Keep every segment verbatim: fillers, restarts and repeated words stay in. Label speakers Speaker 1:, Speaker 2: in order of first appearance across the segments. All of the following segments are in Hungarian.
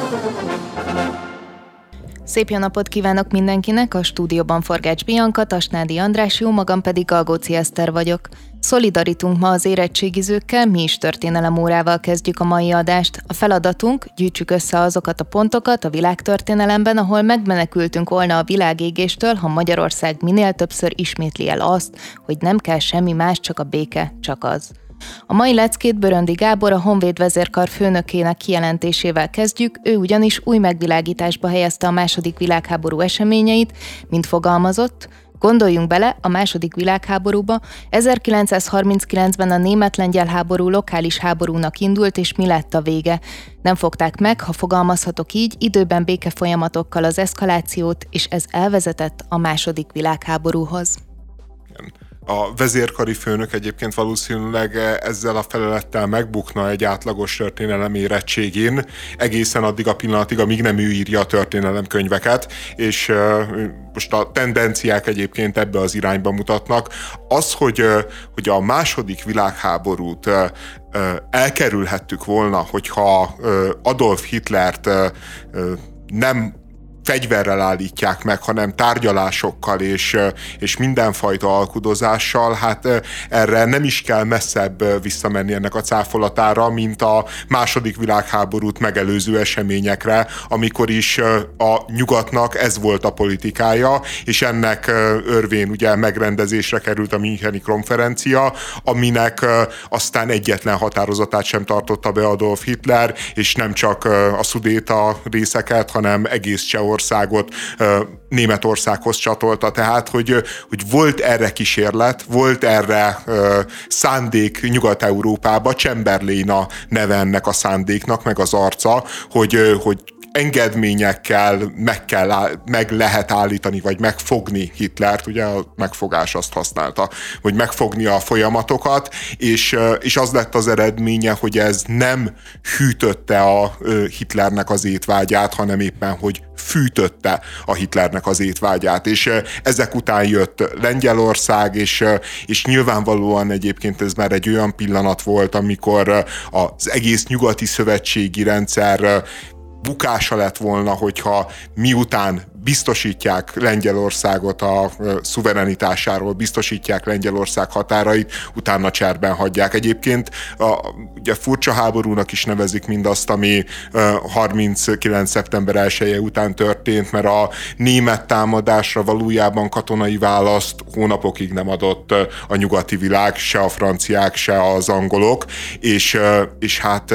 Speaker 1: Szép jó napot kívánok mindenkinek, a stúdióban Forgács Bianka, Tasnádi András, jó magam pedig Galgóci Eszter vagyok. Szolidarítunk ma az érettségizőkkel, mi is történelemórával kezdjük a mai adást. A feladatunk, gyűjtsük össze azokat a pontokat a világtörténelemben, ahol megmenekültünk volna a világégéstől, ha Magyarország minél többször ismétli el azt, hogy nem kell semmi más, csak a béke, csak az. A mai leckét Böröndi Gábor, a Honvéd vezérkar főnökének kijelentésével kezdjük, ő ugyanis új megvilágításba helyezte a második világháború eseményeit, mint fogalmazott. Gondoljunk bele, a második világháborúba ezerkilencszázharminckilencben a német-lengyel háború lokális háborúnak indult, és mi lett a vége? Nem fogták meg, ha fogalmazhatok így, időben békefolyamatokkal az eszkalációt, és ez elvezetett a második világháborúhoz.
Speaker 2: A vezérkari főnök egyébként valószínűleg ezzel a felelettel megbukna egy átlagos történelem érettségén, egészen addig a pillanatig, amíg nem ő írja a történelemkönyveket, és most a tendenciák egyébként ebbe az irányba mutatnak. Az, hogy, hogy a második világháborút elkerülhettük volna, hogyha Adolf Hitlert nem fegyverrel állítják meg, hanem tárgyalásokkal és, és mindenfajta alkudozással, hát erre nem is kell messzebb visszamenni ennek a cáfolatára, mint a második világháborút megelőző eseményekre, amikor is a nyugatnak ez volt a politikája, és ennek örvén ugye megrendezésre került a Müncheni konferencia, aminek aztán egyetlen határozatát sem tartotta be Adolf Hitler, és nem csak a szudéta részeket, hanem egész Csehországot országot Németországhoz csatolta, tehát hogy, hogy volt erre kísérlet, volt erre uh, szándék Nyugat-Európába, Chamberlain a neve ennek a szándéknak, meg az arca, hogy, hogy engedményekkel meg, kell, meg lehet állítani, vagy megfogni Hitlert, ugye a megfogás azt használta, hogy megfogni a folyamatokat, és, és az lett az eredménye, hogy ez nem hűtötte a Hitlernek az étvágyát, hanem éppen, hogy fűtötte a Hitlernek az étvágyát, és ezek után jött Lengyelország, és, és nyilvánvalóan egyébként ez már egy olyan pillanat volt, amikor az egész nyugati szövetségi rendszer bukása lett volna, hogyha miután biztosítják Lengyelországot a szuverenitásáról, biztosítják Lengyelország határait, utána cserben hagyják. Egyébként a, ugye furcsa háborúnak is nevezik mindazt, ami harminckilenc szeptember elseje után történt, mert a német támadásra valójában katonai választ hónapokig nem adott a nyugati világ, se a franciák, se az angolok, és, és hát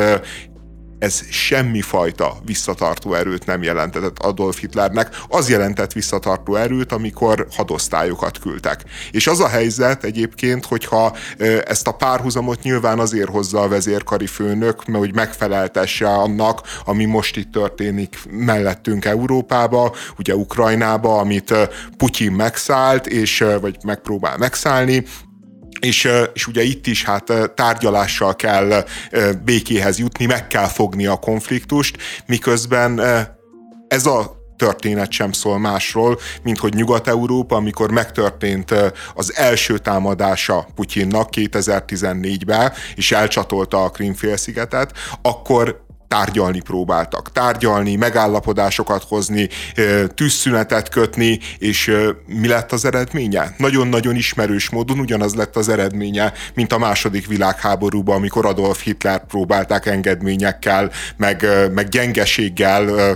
Speaker 2: ez semmifajta visszatartó erőt nem jelentett Adolf Hitlernek. Az jelentett visszatartó erőt, amikor hadosztályokat küldtek. És az a helyzet egyébként, hogyha ezt a párhuzamot nyilván azért hozza a vezérkari főnök, mert hogy megfeleltesse annak, ami most itt történik mellettünk Európába, ugye Ukrajnába, amit Putyin megszállt, és, vagy megpróbál megszállni, És, és ugye itt is hát tárgyalással kell békéhez jutni, meg kell fogni a konfliktust, miközben ez a történet sem szól másról, mint hogy Nyugat-Európa, amikor megtörtént az első támadása Putyinnak kétezer-tizennégyben, és elcsatolta a Krím-félszigetet, akkor tárgyalni próbáltak. Tárgyalni, megállapodásokat hozni, tűzszünetet kötni, és mi lett az eredménye? Nagyon-nagyon ismerős módon ugyanaz lett az eredménye, mint a második világháborúban, amikor Adolf Hitler próbálták engedményekkel, meg, meg gyengeséggel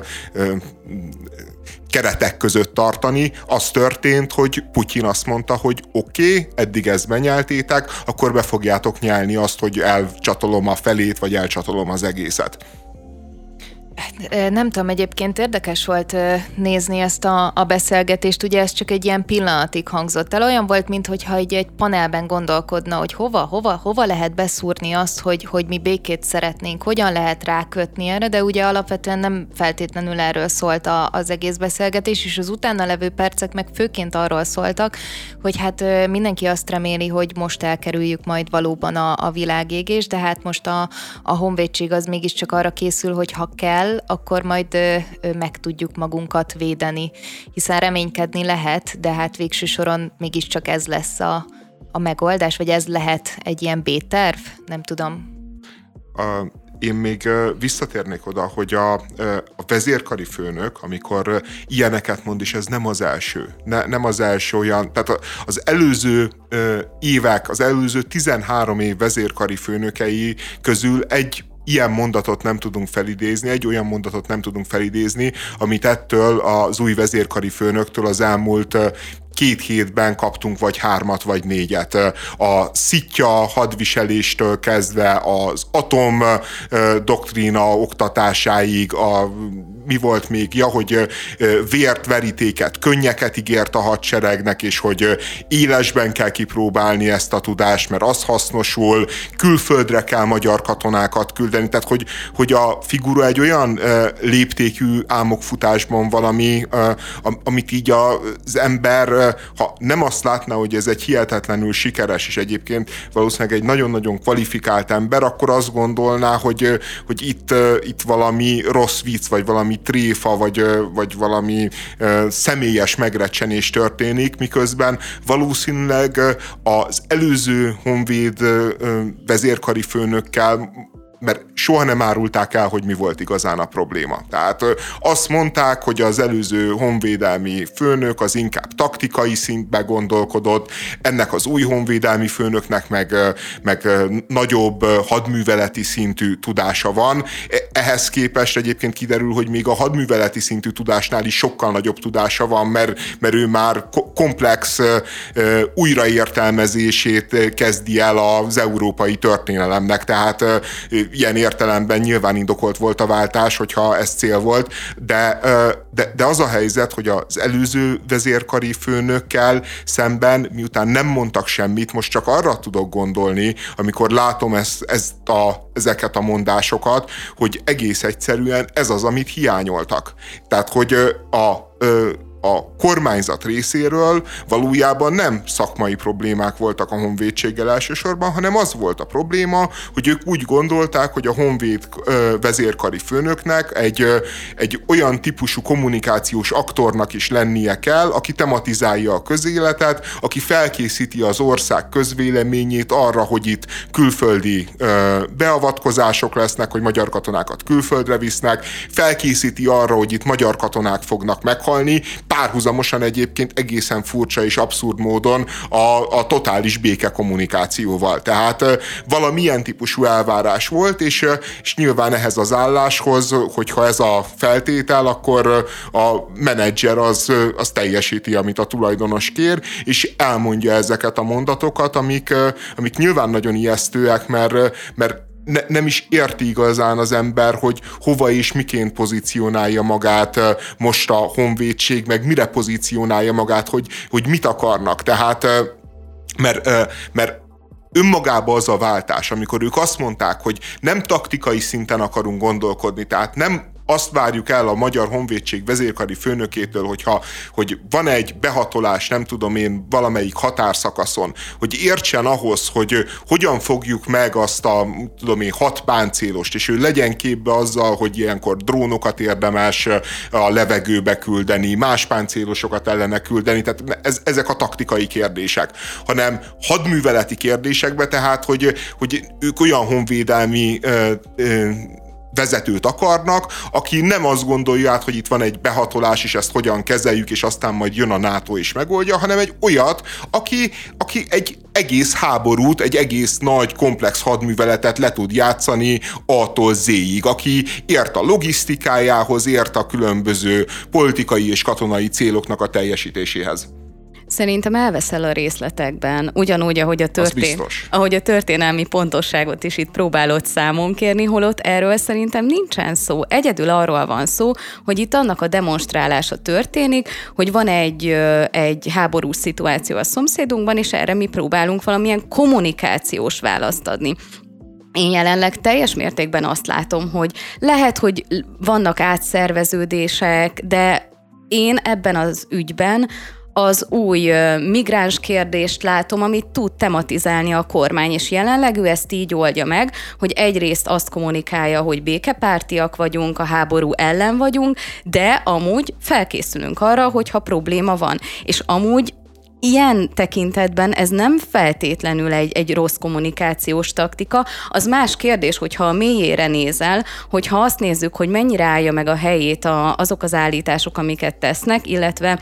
Speaker 2: keretek között tartani. Az történt, hogy Putyin azt mondta, hogy oké, okay, eddig ezt benyeltétek, akkor be fogjátok nyelni azt, hogy elcsatolom a felét, vagy elcsatolom az egészet.
Speaker 1: Nem tudom, egyébként érdekes volt nézni ezt a, a beszélgetést, ugye ez csak egy ilyen pillanatig hangzott el, olyan volt, mintha egy, egy panelben gondolkodna, hogy hova, hova, hova lehet beszúrni azt, hogy, hogy mi békét szeretnénk, hogyan lehet rákötni erre, de ugye alapvetően nem feltétlenül erről szólt a, az egész beszélgetés, és az utána levő percek meg főként arról szóltak, hogy hát mindenki azt reméli, hogy most elkerüljük majd valóban a, a világégést, de hát most a, a honvédség az mégiscsak arra készül, hogy ha kell, akkor majd ö, ö, meg tudjuk magunkat védeni, hiszen reménykedni lehet, de hát végső soron mégiscsak ez lesz a, a megoldás, vagy ez lehet egy ilyen B-terv? Nem tudom.
Speaker 2: A, én még visszatérnék oda, hogy a, a vezérkari főnök, amikor ilyeneket mond, és ez nem az első, ne, nem az első olyan, tehát az előző évek, az előző tizenhárom év vezérkari főnökei közül egy ilyen mondatot nem tudunk felidézni, egy olyan mondatot nem tudunk felidézni, amit ettől az új vezérkari főnöktől az elmúlt két hétben kaptunk vagy hármat, vagy négyet. A szitja hadviseléstől kezdve az atom doktrína oktatásáig, a, mi volt még, ja, hogy vért, verítéket, könnyeket ígért a hadseregnek, és hogy élesben kell kipróbálni ezt a tudást, mert az hasznosul, külföldre kell magyar katonákat küldeni, tehát hogy, hogy a figura egy olyan léptékű álmokfutásban valami, amit így az ember, ha nem azt látná, hogy ez egy hihetetlenül sikeres, és egyébként valószínűleg egy nagyon-nagyon kvalifikált ember, akkor azt gondolná, hogy, hogy itt, itt valami rossz vicc, vagy valami tréfa, vagy, vagy valami személyes megrecsenés történik, miközben valószínűleg az előző honvéd vezérkari főnökkel, mert soha nem árulták el, hogy mi volt igazán a probléma. Tehát azt mondták, hogy az előző honvédelmi főnök az inkább taktikai szintben gondolkodott, ennek az új honvédelmi főnöknek meg, meg nagyobb hadműveleti szintű tudása van. Ehhez képest egyébként kiderül, hogy még a hadműveleti szintű tudásnál is sokkal nagyobb tudása van, mert, mert ő már komplex újraértelmezését kezdi el az európai történelemnek, tehát ilyen értelemben nyilván indokolt volt a váltás, hogyha ez cél volt, de, de, de az a helyzet, hogy az előző vezérkari főnökkel szemben, miután nem mondtak semmit, most csak arra tudok gondolni, amikor látom ezt, ezt a, ezeket a mondásokat, hogy egész egyszerűen ez az, amit hiányoltak. Tehát, hogy a, a a kormányzat részéről valójában nem szakmai problémák voltak a honvédséggel elsősorban, hanem az volt a probléma, hogy ők úgy gondolták, hogy a honvéd vezérkari főnöknek egy, egy olyan típusú kommunikációs aktornak is lennie kell, aki tematizálja a közéletet, aki felkészíti az ország közvéleményét arra, hogy itt külföldi beavatkozások lesznek, hogy magyar katonákat külföldre visznek, felkészíti arra, hogy itt magyar katonák fognak meghalni, párhuzamosan egyébként egészen furcsa és abszurd módon a, a totális béke kommunikációval. Tehát valamilyen típusú elvárás volt, és, és nyilván ehhez az álláshoz, hogyha ez a feltétel, akkor a menedzser az, az teljesíti, amit a tulajdonos kér, és elmondja ezeket a mondatokat, amik, amik nyilván nagyon ijesztőek, mert, mert Ne, nem is érti igazán az ember, hogy hova és miként pozícionálja magát most a honvédség, meg mire pozícionálja magát, hogy, hogy mit akarnak. Tehát, mert, mert önmagában az a váltás, amikor ők azt mondták, hogy nem taktikai szinten akarunk gondolkodni, tehát nem azt várjuk el a Magyar Honvédség vezérkari főnökétől, hogyha, hogy van egy behatolás, nem tudom én, valamelyik határszakaszon, hogy értsen ahhoz, hogy hogyan fogjuk meg azt a, tudom én, hat páncélost, és ő legyen képbe azzal, hogy ilyenkor drónokat érdemes a levegőbe küldeni, más páncélosokat ellene küldeni, tehát ez, ezek a taktikai kérdések, hanem hadműveleti kérdésekbe, tehát, hogy, hogy ők olyan honvédelmi ö, ö, vezetőt akarnak, aki nem azt gondolja át, hogy itt van egy behatolás, és ezt hogyan kezeljük, és aztán majd jön a NATO és megoldja, hanem egy olyat, aki, aki egy egész háborút, egy egész nagy, komplex hadműveletet le tud játszani A-tól Z-ig, aki ért a logisztikájához, ért a különböző politikai és katonai céloknak a teljesítéséhez.
Speaker 3: Szerintem elveszel a részletekben, ugyanúgy, ahogy a, történ- ahogy a történelmi pontosságot is itt próbálod számon kérni, holott erről szerintem nincsen szó. Egyedül arról van szó, hogy itt annak a demonstrálása történik, hogy van egy, egy háborús szituáció a szomszédunkban, és erre mi próbálunk valamilyen kommunikációs választ adni. Én jelenleg teljes mértékben azt látom, hogy lehet, hogy vannak átszerveződések, de én ebben az ügyben az új migráns kérdést látom, amit tud tematizálni a kormány, és jelenleg ő ezt így oldja meg, hogy egyrészt azt kommunikálja, hogy békepártiak vagyunk, a háború ellen vagyunk, de amúgy felkészülünk arra, hogyha probléma van. És amúgy ilyen tekintetben ez nem feltétlenül egy, egy rossz kommunikációs taktika. Az más kérdés, hogyha a mélyére nézel, hogyha azt nézzük, hogy mennyire állja meg a helyét a, azok az állítások, amiket tesznek, illetve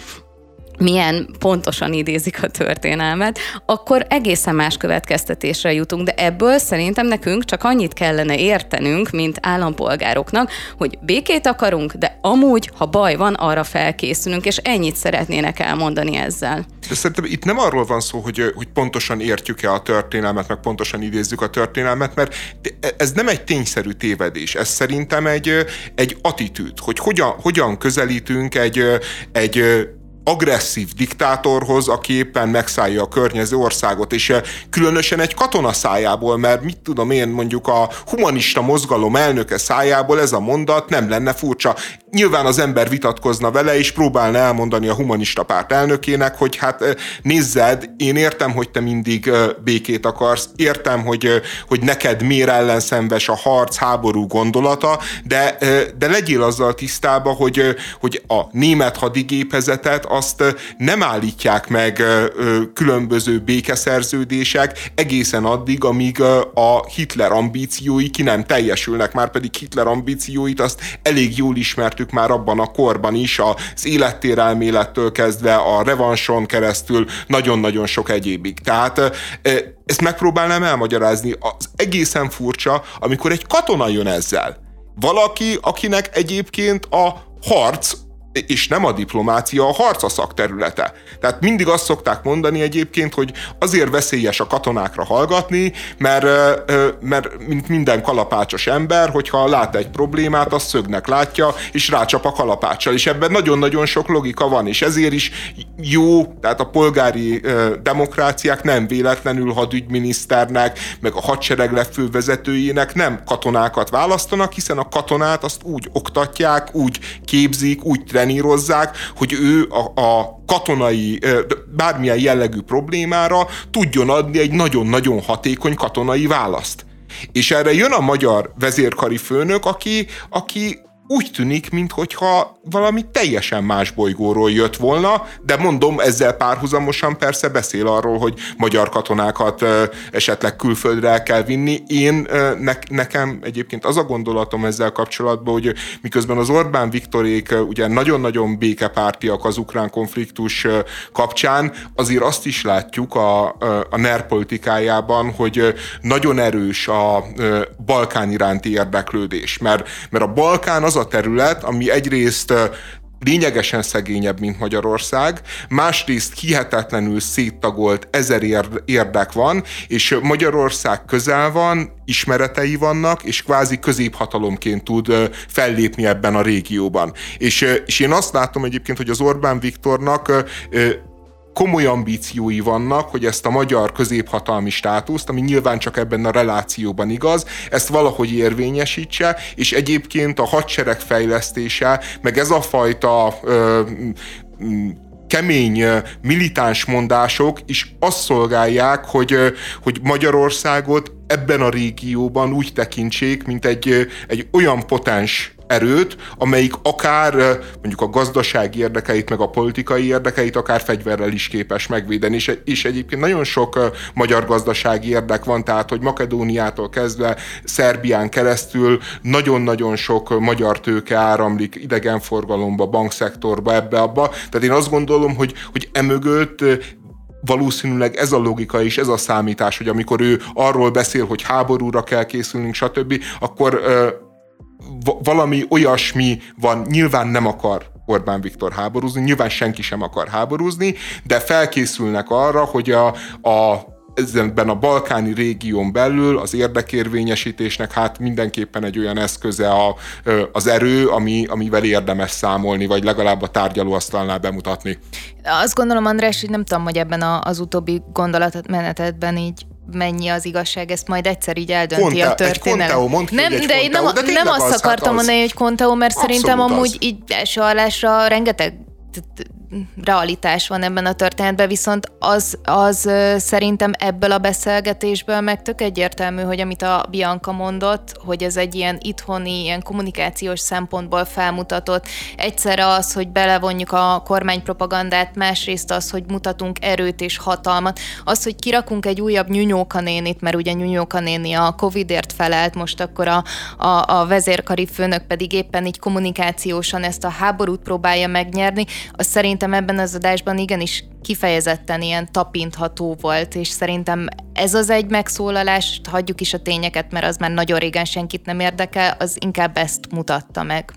Speaker 3: milyen pontosan idézik a történelmet, akkor egészen más következtetésre jutunk, de ebből szerintem nekünk csak annyit kellene értenünk, mint állampolgároknak, hogy békét akarunk, de amúgy, ha baj van, arra felkészülünk, és ennyit szeretnének elmondani ezzel.
Speaker 2: De szerintem itt nem arról van szó, hogy, hogy pontosan értjük-e a történelmet, meg pontosan idézzük a történelmet, mert ez nem egy tényszerű tévedés, ez szerintem egy, egy attitűd, hogy hogyan, hogyan közelítünk egy, egy agresszív diktátorhoz, aki éppen megszállja a környező országot, és különösen egy katona szájából, mert mit tudom én, mondjuk a humanista mozgalom elnöke szájából ez a mondat nem lenne furcsa. Nyilván az ember vitatkozna vele, és próbálna elmondani a humanista párt elnökének, hogy hát nézzed, én értem, hogy te mindig békét akarsz, értem, hogy, hogy neked miért ellenszenves a harc, háború gondolata, de, de legyél azzal tisztában, hogy, hogy a német hadigépezetet azt nem állítják meg különböző békeszerződések egészen addig, amíg a Hitler ambíciói ki nem teljesülnek, már pedig Hitler ambícióit azt elég jól ismertük már abban a korban is, az élettérelmélettől kezdve a revanson keresztül nagyon-nagyon sok egyébig. Tehát ezt megpróbálnám elmagyarázni. Az egészen furcsa, amikor egy katona jön ezzel. Valaki, akinek egyébként a harc, és nem a diplomácia, a harc a szakterülete. Tehát mindig azt szokták mondani egyébként, hogy azért veszélyes a katonákra hallgatni, mert, mert mint minden kalapácsos ember, hogyha lát egy problémát, azt szögnek látja, és rácsap a kalapáccsal. És ebben nagyon-nagyon sok logika van, és ezért is jó, tehát a polgári demokráciák nem véletlenül hadügyminiszternek, meg a hadsereg legfővezetőjének nem katonákat választanak, hiszen a katonát azt úgy oktatják, úgy képzik, úgy trenírozzák, hogy ő a, a katonai, bármilyen jellegű problémára tudjon adni egy nagyon-nagyon hatékony katonai választ. És erre jön a magyar vezérkari főnök, aki, aki úgy tűnik, minthogyha valami teljesen más bolygóról jött volna, de mondom, ezzel párhuzamosan persze beszél arról, hogy magyar katonákat esetleg külföldre el kell vinni. Én, ne, nekem egyébként az a gondolatom ezzel kapcsolatban, hogy miközben az Orbán Viktorék ugye nagyon-nagyon békepártiak az ukrán konfliktus kapcsán, azért azt is látjuk a, a NER politikájában, hogy nagyon erős a Balkán iránti érdeklődés, mert, mert a Balkán az a terület, ami egyrészt lényegesen szegényebb, mint Magyarország, másrészt hihetetlenül széttagolt, ezer érdek van, és Magyarország közel van, ismeretei vannak, és kvázi középhatalomként tud fellépni ebben a régióban. És, és én azt látom egyébként, hogy az Orbán Viktornak komoly ambíciói vannak, hogy ezt a magyar középhatalmi státuszt, ami nyilván csak ebben a relációban igaz, ezt valahogy érvényesítse, és egyébként a hadsereg fejlesztése, meg ez a fajta ö, kemény militáns mondások is azt szolgálják, hogy, hogy Magyarországot ebben a régióban úgy tekintsék, mint egy, egy olyan potens erőt, amelyik akár mondjuk a gazdasági érdekeit, meg a politikai érdekeit akár fegyverrel is képes megvédeni. És, és egyébként nagyon sok magyar gazdasági érdek van, tehát hogy Makedóniától kezdve Szerbián keresztül nagyon-nagyon sok magyar tőke áramlik idegenforgalomba, bankszektorba, ebbe-abba. Tehát én azt gondolom, hogy, hogy emögött valószínűleg ez a logika és ez a számítás, hogy amikor ő arról beszél, hogy háborúra kell készülnünk, stb., akkor valami olyasmi van, nyilván nem akar Orbán Viktor háborúzni, nyilván senki sem akar háborúzni, de felkészülnek arra, hogy a, a ebben a balkáni régión belül az érdekérvényesítésnek hát mindenképpen egy olyan eszköze a, az erő, ami, amivel érdemes számolni, vagy legalább a tárgyalóasztalnál bemutatni.
Speaker 1: Azt gondolom, András, hogy nem tudom, hogy ebben a, az utóbbi gondolatmenetedben így mennyi az igazság, ezt majd egyszer így eldönti Konta, a történelem.
Speaker 2: Egy mondd,
Speaker 1: nem,
Speaker 2: egy
Speaker 1: de én nem,
Speaker 2: de
Speaker 1: nem azt
Speaker 2: az,
Speaker 1: akartam
Speaker 2: hát
Speaker 1: mondani, hogy Konteó, mert
Speaker 2: abszolút
Speaker 1: szerintem amúgy
Speaker 2: az.
Speaker 1: így első hallásra rengeteg realitás van ebben a történetben, viszont az, az szerintem ebből a beszélgetésből meg tök egyértelmű, hogy amit a Bianca mondott, hogy ez egy ilyen itthoni, ilyen kommunikációs szempontból felmutatott. Egyszerre az, hogy belevonjuk a kormánypropagandát, másrészt az, hogy mutatunk erőt és hatalmat. Az, hogy kirakunk egy újabb Nyúnyóka nénit, mert ugye Nyúnyóka néni a Covidért felelt, most akkor a, a, a vezérkari főnök pedig éppen így kommunikációsan ezt a háborút próbálja megnyerni, az szerintem ebben az adásban igenis kifejezetten ilyen tapintható volt, és szerintem ez az egy megszólalás, hagyjuk is a tényeket, mert az már nagyon régen senkit nem érdekel, az inkább ezt mutatta meg.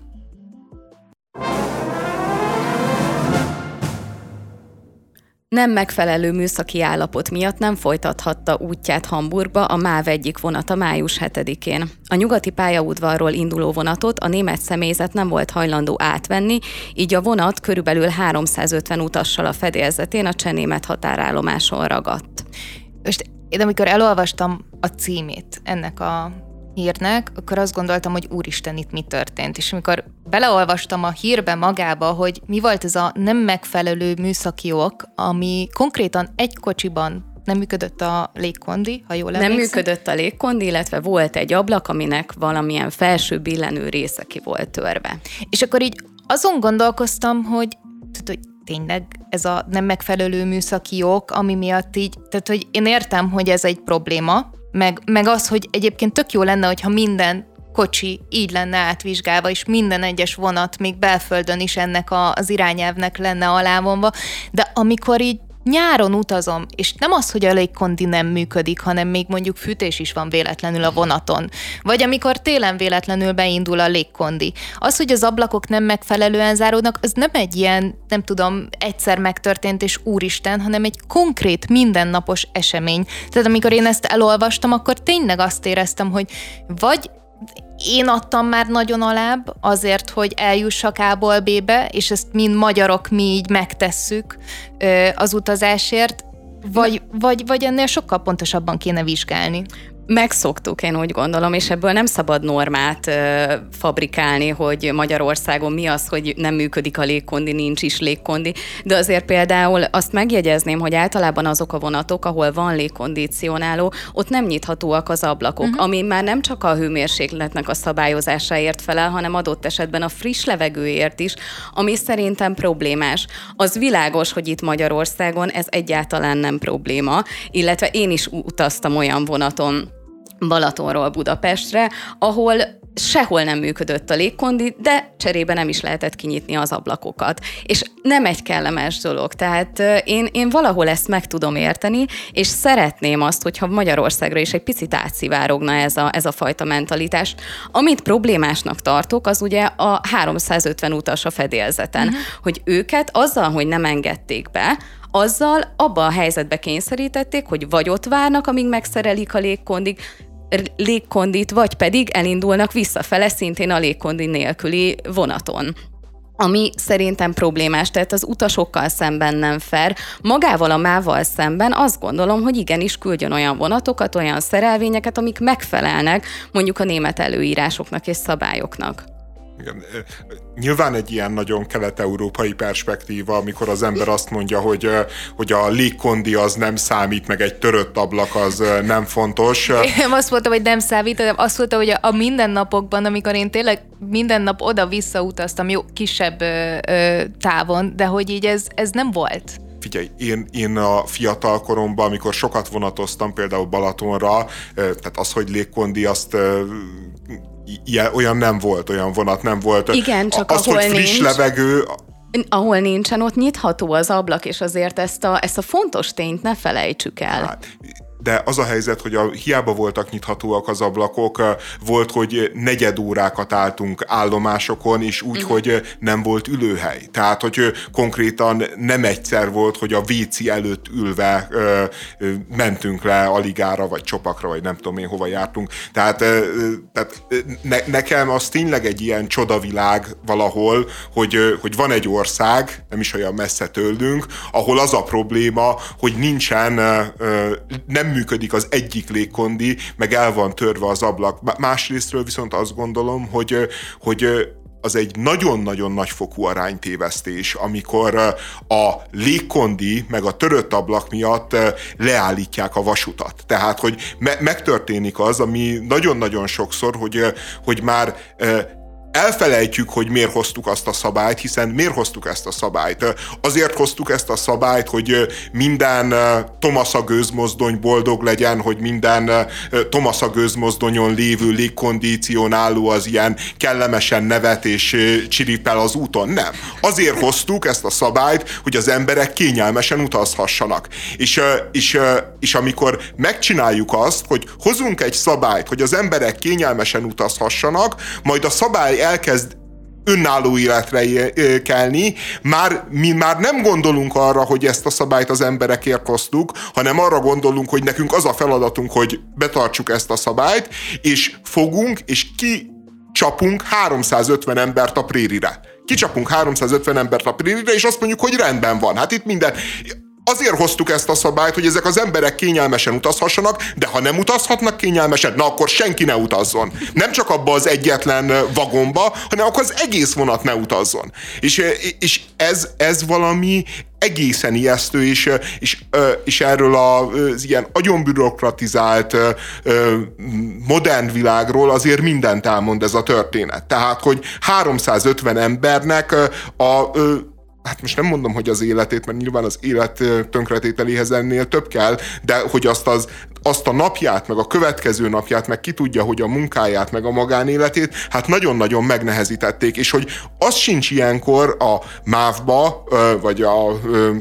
Speaker 3: Nem megfelelő műszaki állapot miatt nem folytathatta útját Hamburgba a MÁV egyik vonata május hetedikén. A nyugati pályaudvarról induló vonatot a német személyzet nem volt hajlandó átvenni, így a vonat körülbelül háromszázötven utassal a fedélzetén a cseh-német határállomáson ragadt.
Speaker 1: Most én amikor elolvastam a címét ennek a hírnek, akkor azt gondoltam, hogy úristen, itt mi történt. És amikor beleolvastam a hírbe magába, hogy mi volt ez a nem megfelelő műszaki ok, ami konkrétan egy kocsiban nem működött a légkondi, ha jól emlékszem.
Speaker 3: Nem működött a légkondi, illetve volt egy ablak, aminek valamilyen felső billenő része ki volt törve.
Speaker 1: És akkor így azon gondolkoztam, hogy, tehát, hogy tényleg ez a nem megfelelő műszaki ok, ami miatt így, tehát hogy én értem, hogy ez egy probléma, Meg, meg az, hogy egyébként tök jó lenne, hogyha minden kocsi így lenne átvizsgálva, és minden egyes vonat még belföldön is ennek a, az irányelvnek lenne alávonva, de amikor így nyáron utazom, és nem az, hogy a légkondi nem működik, hanem még mondjuk fűtés is van véletlenül a vonaton. Vagy amikor télen véletlenül beindul a légkondi. Az, hogy az ablakok nem megfelelően záródnak, az nem egy ilyen, nem tudom, egyszer megtörtént és úristen, hanem egy konkrét mindennapos esemény. Tehát amikor én ezt elolvastam, akkor tényleg azt éreztem, hogy vagy én adtam már nagyon alább azért, hogy eljussak A-ból B-be, és ezt mind magyarok mi így megtesszük az utazásért, vagy, vagy, vagy ennél sokkal pontosabban kéne vizsgálni.
Speaker 3: Megszoktuk, én úgy gondolom, és ebből nem szabad normát ö, fabrikálni, hogy Magyarországon mi az, hogy nem működik a légkondi, nincs is légkondi, de azért például azt megjegyezném, hogy általában azok a vonatok, ahol van légkondicionáló, ott nem nyithatóak az ablakok, uh-huh. ami már nem csak a hőmérsékletnek a szabályozásáért felel, hanem adott esetben a friss levegőért is, ami szerintem problémás. Az világos, hogy itt Magyarországon ez egyáltalán nem probléma, illetve én is utaztam olyan vonaton, Balatonról Budapestre, ahol sehol nem működött a légkondi, de cserébe nem is lehetett kinyitni az ablakokat. És nem egy kellemes dolog. Tehát én, én valahol ezt meg tudom érteni, és szeretném azt, hogyha Magyarországra is egy picit átszivárogna ez a, ez a fajta mentalitás. Amit problémásnak tartok, az ugye a háromszázötven utas a fedélzeten. Uh-huh. Hogy őket azzal, hogy nem engedték be, azzal abba a helyzetbe kényszerítették, hogy vagy ott várnak, amíg megszerelik a légkondik, légkondit, vagy pedig elindulnak visszafele szintén a légkondi nélküli vonaton. Ami szerintem problémás, tehát az utasokkal szemben nem fair. Magával a mával szemben azt gondolom, hogy igenis küldjön olyan vonatokat, olyan szerelvényeket, amik megfelelnek mondjuk a német előírásoknak és szabályoknak.
Speaker 2: Igen. Nyilván egy ilyen nagyon kelet-európai perspektíva, amikor az ember azt mondja, hogy, hogy a légkondi az nem számít, meg egy törött ablak az nem fontos.
Speaker 1: Én azt mondtam, hogy nem számít, de azt mondtam, hogy a mindennapokban, amikor én tényleg minden nap oda-vissza utaztam, jó, kisebb ö, ö, távon, de hogy így ez, ez nem volt.
Speaker 2: Figyelj, én, én a fiatal koromban, amikor sokat vonatoztam például Balatonra, tehát az, hogy légkondi, azt ilyen, olyan nem volt, olyan vonat nem volt.
Speaker 3: Igen, csak
Speaker 2: azt,
Speaker 3: ahol
Speaker 2: hogy friss
Speaker 3: nincs,
Speaker 2: levegő...
Speaker 3: Ahol nincsen, ott nyitható az ablak, és azért ezt a, ezt a fontos tényt ne felejtsük el.
Speaker 2: Hát, de az a helyzet, hogy a, hiába voltak nyithatóak az ablakok, volt, hogy negyed órákat álltunk állomásokon, és úgy, uh-huh. hogy nem volt ülőhely. Tehát, hogy konkrétan nem egyszer volt, hogy a vécé előtt ülve ö, ö, mentünk le Aligára, vagy Csopakra, vagy nem tudom én hova jártunk. Tehát, ö, tehát ne, nekem az tényleg egy ilyen csodavilág valahol, hogy, ö, hogy van egy ország, nem is olyan messze tőlünk, ahol az a probléma, hogy nincsen, ö, nem működik az egyik légkondi, meg el van törve az ablak. Másrésztről viszont azt gondolom, hogy, hogy az egy nagyon-nagyon nagyfokú aránytévesztés, amikor a légkondi meg a törött ablak miatt leállítják a vasutat. Tehát, hogy me- megtörténik az, ami nagyon-nagyon sokszor, hogy, hogy már elfelejtjük, hogy miért hoztuk azt a szabályt, hiszen miért hoztuk ezt a szabályt? Azért hoztuk ezt a szabályt, hogy minden Tomasa gőzmozdony boldog legyen, hogy minden Tomasa gőzmozdonyon lévő légkondicionáló az ilyen kellemesen nevet és csiripel az úton. Nem. Azért hoztuk ezt a szabályt, hogy az emberek kényelmesen utazhassanak. És, és, és amikor megcsináljuk azt, hogy hozunk egy szabályt, hogy az emberek kényelmesen utazhassanak, majd a szabály elkezd önálló életre kelni, már, mi már nem gondolunk arra, hogy ezt a szabályt az emberekért hoztuk, hanem arra gondolunk, hogy nekünk az a feladatunk, hogy betartsuk ezt a szabályt, és fogunk, és kicsapunk háromszázötven embert a prérire. Kicsapunk háromszázötven embert a prérire, és azt mondjuk, hogy rendben van. Hát itt minden... Azért hoztuk ezt a szabályt, hogy ezek az emberek kényelmesen utazhassanak, de ha nem utazhatnak kényelmesen, na akkor senki ne utazzon. Nem csak abba az egyetlen vagonba, hanem akkor az egész vonat ne utazzon. És, és ez, ez valami egészen ijesztő, és, és, és erről az ilyen agyonbürokratizált modern világról azért mindent elmond ez a történet. Tehát, hogy háromszázötven embernek a... hát most nem mondom, hogy az életét, mert nyilván az élet tönkretételéhez ennél több kell, de hogy azt, az, azt a napját, meg a következő napját, meg ki tudja, hogy a munkáját, meg a magánéletét, hát nagyon-nagyon megnehezítették, és hogy az sincs ilyenkor a mávba, vagy a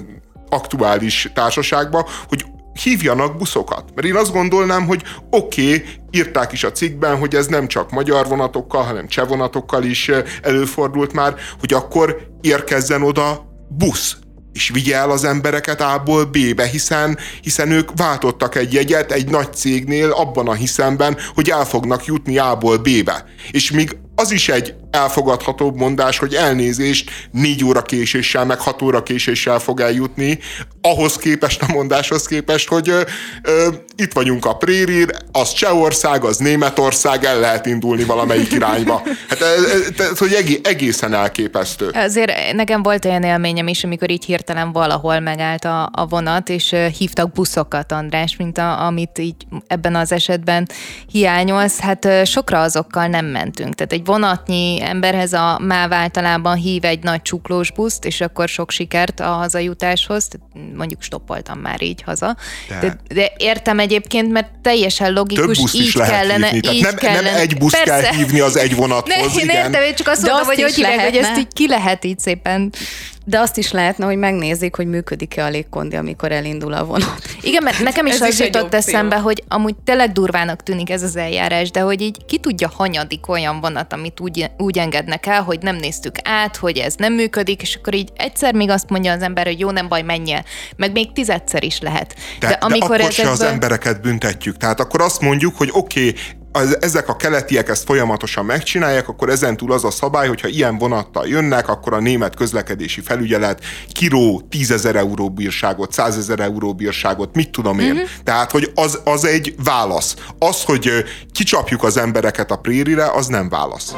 Speaker 2: aktuális társaságba, hogy hívjanak buszokat. Mert én azt gondolnám, hogy oké, okay, írták is a cikkben, hogy ez nem csak magyar vonatokkal, hanem cseh vonatokkal is előfordult már, hogy akkor érkezzen oda busz, és vigye el az embereket A-ból B-be, hiszen, hiszen ők váltottak egy jegyet egy nagy cégnél abban a hiszemben, hogy el fognak jutni A-ból B-be. És míg az is egy elfogadhatóbb mondás, hogy elnézést négy óra késéssel, meg hat óra késéssel fog eljutni, ahhoz képest, a mondáshoz képest, hogy ö, ö, itt vagyunk a prérír, az Csehország, az Németország, el lehet indulni valamelyik irányba. Hát ez, hogy egészen elképesztő.
Speaker 1: Azért nekem volt olyan élményem is, amikor így hirtelen valahol megállt a, a vonat, és hívtak buszokat, András, mint a, amit így ebben az esetben hiányolsz. Hát sokra azokkal nem mentünk. Tehát egy vonatnyi emberhez a MÁV általában hív egy nagy csuklós buszt, és akkor sok sikert a hazajutáshoz. Mondjuk stoppoltam már így haza. De, de, de értem egyébként, mert teljesen logikus,
Speaker 2: több
Speaker 1: így kellene.
Speaker 2: Hívni.
Speaker 1: Így
Speaker 2: nem,
Speaker 1: kellene.
Speaker 2: nem egy buszt kell hívni az egy vonathoz.
Speaker 1: Ne, én értem, én csak azt mondom, hogy, hogy, hívják, hogy ezt így ki lehet így szépen.
Speaker 3: De azt is lehetne, hogy megnézik, hogy működik-e a légkondi, amikor elindul a vonat.
Speaker 1: Igen, mert nekem is az jutott eszembe, hogy amúgy tényleg durvának tűnik ez az eljárás, de hogy így ki tudja hanyadik olyan vonat, amit úgy, úgy engednek el, hogy nem néztük át, hogy ez nem működik, és akkor így egyszer még azt mondja az ember, hogy jó, nem baj, menj el. Meg még tizedszer is lehet.
Speaker 2: De, de, amikor de akkor ezekből... se az embereket büntetjük. Tehát akkor azt mondjuk, hogy oké, okay, Az, ezek a keletiek ezt folyamatosan megcsinálják, akkor ezentúl az a szabály, hogyha ilyen vonattal jönnek, akkor a német közlekedési felügyelet kiró tízezer euró bírságot, százezer euró bírságot, mit tudom én. Mm-hmm. Tehát, hogy az, az egy válasz. Az, hogy kicsapjuk az embereket a prérire, az nem válasz.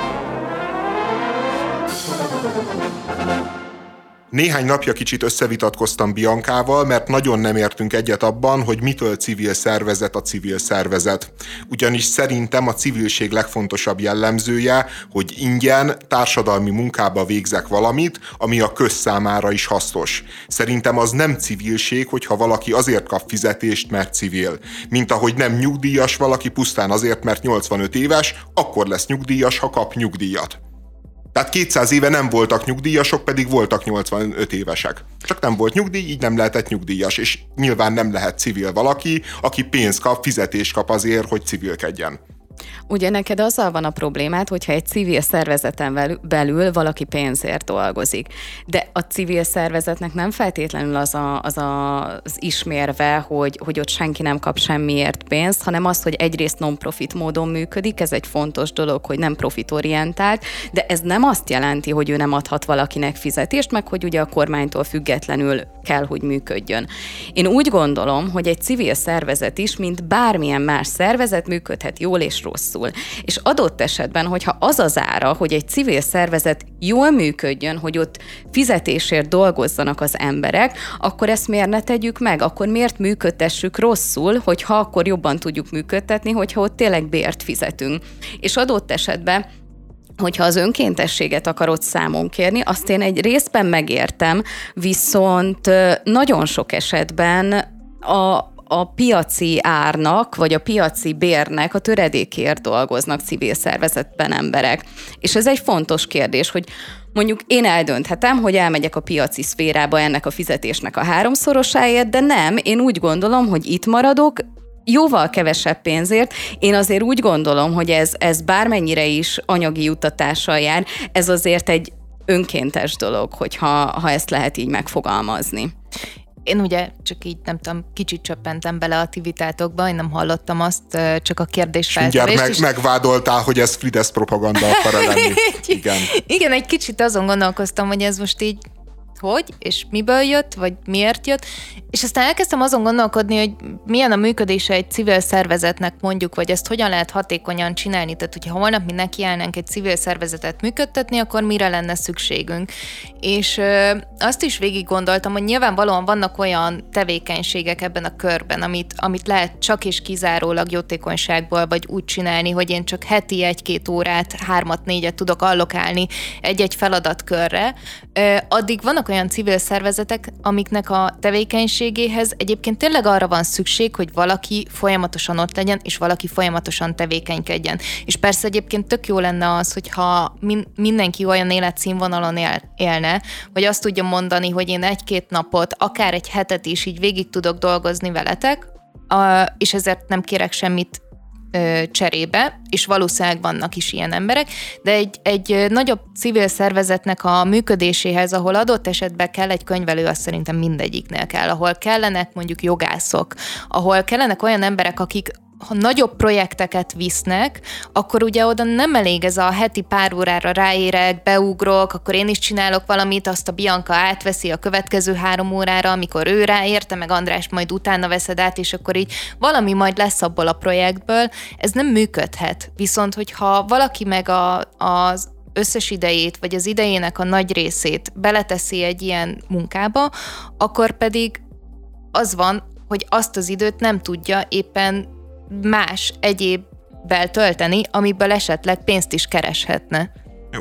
Speaker 2: Néhány napja kicsit összevitatkoztam Biancával, mert nagyon nem értünk egyet abban, hogy mitől civil szervezet a civil szervezet. Ugyanis szerintem a civilség legfontosabb jellemzője, hogy ingyen társadalmi munkába végzek valamit, ami a közszámára is hasznos. Szerintem az nem civilség, hogyha valaki azért kap fizetést, mert civil. Mint ahogy nem nyugdíjas valaki pusztán azért, mert nyolcvanöt éves, akkor lesz nyugdíjas, ha kap nyugdíjat. Tehát kétszáz éve nem voltak nyugdíjasok, pedig voltak nyolcvanöt évesek. Csak nem volt nyugdíj, így nem lehetett nyugdíjas, és nyilván nem lehet civil valaki, aki pénzt kap, fizetést kap azért, hogy civilkedjen.
Speaker 3: Ugye neked azzal van a problémád, hogyha egy civil szervezeten belül valaki pénzért dolgozik. De a civil szervezetnek nem feltétlenül az a, az, a, az ismérve, hogy, hogy ott senki nem kap semmiért pénzt, hanem az, hogy egyrészt non-profit módon működik, ez egy fontos dolog, hogy nem profitorientált, de ez nem azt jelenti, hogy ő nem adhat valakinek fizetést, meg hogy ugye a kormánytól függetlenül kell, hogy működjön. Én úgy gondolom, hogy egy civil szervezet is, mint bármilyen más szervezet működhet jól és rosszul. És adott esetben, hogyha az az ára, hogy egy civil szervezet jól működjön, hogy ott fizetésért dolgozzanak az emberek, akkor ezt miért ne tegyük meg? Akkor miért működtessük rosszul, hogyha akkor jobban tudjuk működtetni, hogyha ott tényleg bért fizetünk. És adott esetben, hogyha az önkéntességet akarod számon kérni, azt én egy részben megértem, viszont nagyon sok esetben a a piaci árnak, vagy a piaci bérnek a töredékért dolgoznak civil szervezetben emberek. És ez egy fontos kérdés, hogy mondjuk én eldönthetem, hogy elmegyek a piaci szférába ennek a fizetésnek a háromszorosáért, de nem, én úgy gondolom, hogy itt maradok, jóval kevesebb pénzért. Én azért úgy gondolom, hogy ez, ez bármennyire is anyagi juttatással jár, ez azért egy önkéntes dolog, hogyha ha ezt lehet így megfogalmazni.
Speaker 1: Én ugye csak így, nem tudom, kicsit csöppentem bele a ti vitátokba, én nem hallottam azt, csak a kérdés
Speaker 2: feltevést. Meg, megvádoltál, hogy ez Fidesz propaganda akar lenni. Igen.
Speaker 1: Igen, egy kicsit azon gondolkoztam, hogy ez most így hogy, és miből jött, vagy miért jött, és aztán elkezdtem azon gondolkodni, hogy milyen a működése egy civil szervezetnek mondjuk, vagy ezt hogyan lehet hatékonyan csinálni, tehát hogyha holnap mi nekiállnánk egy civil szervezetet működtetni, akkor mire lenne szükségünk. És ö, azt is végig gondoltam, hogy nyilvánvalóan vannak olyan tevékenységek ebben a körben, amit, amit lehet csak és kizárólag jótékonyságból, vagy úgy csinálni, hogy én csak heti egy-két órát, hármat, négyet tudok allokálni egy-egy feladatkörre. Ö, addig vannak olyan civil szervezetek, amiknek a tevékenységéhez egyébként tényleg arra van szükség, hogy valaki folyamatosan ott legyen, és valaki folyamatosan tevékenykedjen. És persze egyébként tök jó lenne az, hogyha min- mindenki olyan életszínvonalon él- élne, hogy azt tudja mondani, hogy én egy-két napot, akár egy hetet is így végig tudok dolgozni veletek, és ezért nem kérek semmit cserébe, és valószínűleg vannak is ilyen emberek, de egy, egy nagyobb civil szervezetnek a működéséhez, ahol adott esetben kell egy könyvelő, azt szerintem mindegyiknél kell, ahol kellenek mondjuk jogászok, ahol kellenek olyan emberek, akik ha nagyobb projekteket visznek, akkor ugye oda nem elég ez a heti pár órára ráérek, beugrok, akkor én is csinálok valamit, azt a Bianca átveszi a következő három órára, amikor ő ráérte, meg András majd utána veszed át, és akkor így valami majd lesz abból a projektből. Ez nem működhet. Viszont, hogyha valaki meg a, az összes idejét, vagy az idejének a nagy részét beleteszi egy ilyen munkába, akkor pedig az van, hogy azt az időt nem tudja éppen más egyébbel tölteni, amiből esetleg pénzt is kereshetne.
Speaker 2: Jó,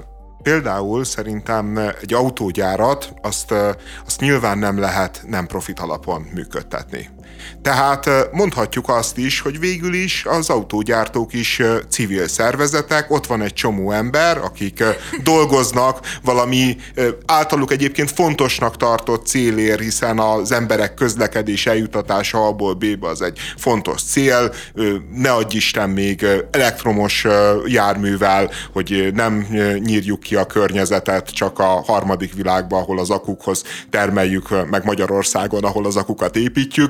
Speaker 2: például szerintem egy autógyárat azt, azt nyilván nem lehet nem profit alapon működtetni. Tehát mondhatjuk azt is, hogy végül is az autógyártók is civil szervezetek, ott van egy csomó ember, akik dolgoznak valami általuk egyébként fontosnak tartott célért, hiszen az emberek közlekedés eljutatása A-ból B-be az egy fontos cél, ne adj Isten még elektromos járművel, hogy nem nyírjuk ki a környezetet csak a harmadik világban, ahol az akukhoz termeljük, meg Magyarországon, ahol az akukat építjük.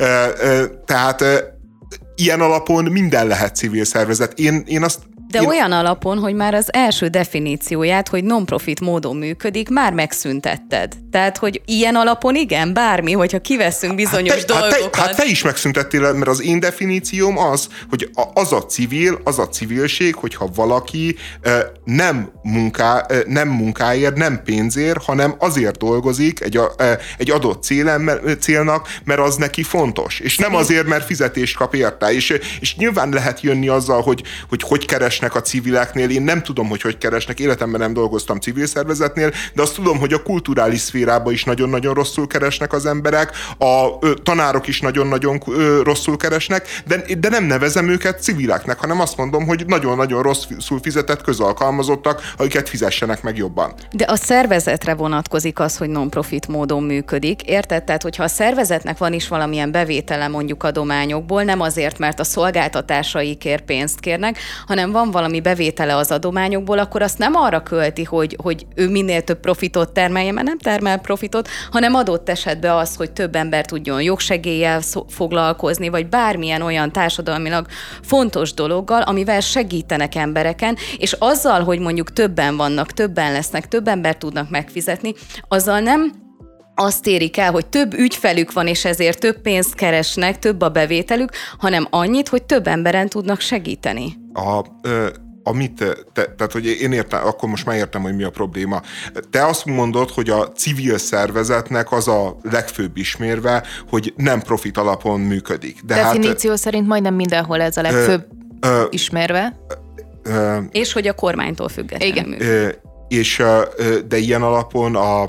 Speaker 2: Tehát ilyen alapon minden lehet civil szervezet. Én, én azt
Speaker 3: De én... olyan alapon, hogy már az első definícióját, hogy non-profit módon működik, már megszüntetted. Tehát, hogy ilyen alapon igen, bármi, hogyha kiveszünk bizonyos hát te, dolgokat.
Speaker 2: Hát te, hát te is megszüntettél, mert az én definícióm az, hogy az a civil, az a civilség, hogyha valaki nem, munká, nem munkáért, nem pénzért, hanem azért dolgozik egy, egy adott célen, célnak, mert az neki fontos. És nem azért, mert fizetést kap érte. És, és nyilván lehet jönni azzal, hogy hogy, hogy keresnek a civileknél. Én nem tudom, hogy hogy keresnek. Életemben nem dolgoztam civil szervezetnél, de azt tudom, hogy a kulturális szférában is nagyon-nagyon rosszul keresnek az emberek, a ö, tanárok is nagyon-nagyon ö, rosszul keresnek, de, de nem nevezem őket civileknek, hanem azt mondom, hogy nagyon-nagyon rosszul fizetett közalkalmazottak, akiket fizessenek meg jobban.
Speaker 3: De a szervezetre vonatkozik az, hogy non-profit módon működik, érted? Tehát, hogyha a szervezetnek van is valamilyen bevétele mondjuk adományokból, nem azért, mert a szolgáltatásaikért pénzt kérnek, hanem van valami bevétele az adományokból, akkor azt nem arra költi, hogy, hogy ő minél több profitot termelje, mert nem termel profitot, hanem adott esetben az, hogy több ember tudjon jogsegéllyel foglalkozni, vagy bármilyen olyan társadalmilag fontos dologgal, amivel segítenek embereken, és azzal, hogy mondjuk többen vannak, többen lesznek, több embert tudnak megfizetni, azzal nem azt érik el, hogy több ügyfelük van, és ezért több pénzt keresnek, több a bevételük, hanem annyit, hogy több emberen tudnak segíteni.
Speaker 2: A, ö, amit te, tehát, hogy én értem, akkor most már értem, hogy mi a probléma. Te azt mondod, hogy a civil szervezetnek az a legfőbb ismérve, hogy nem profit alapon működik.
Speaker 1: De definíció hát, szerint majdnem mindenhol ez a legfőbb ö, ö, ismérve.
Speaker 3: Ö, és hogy a kormánytól függetlenül működik. Ö,
Speaker 2: és de ilyen alapon az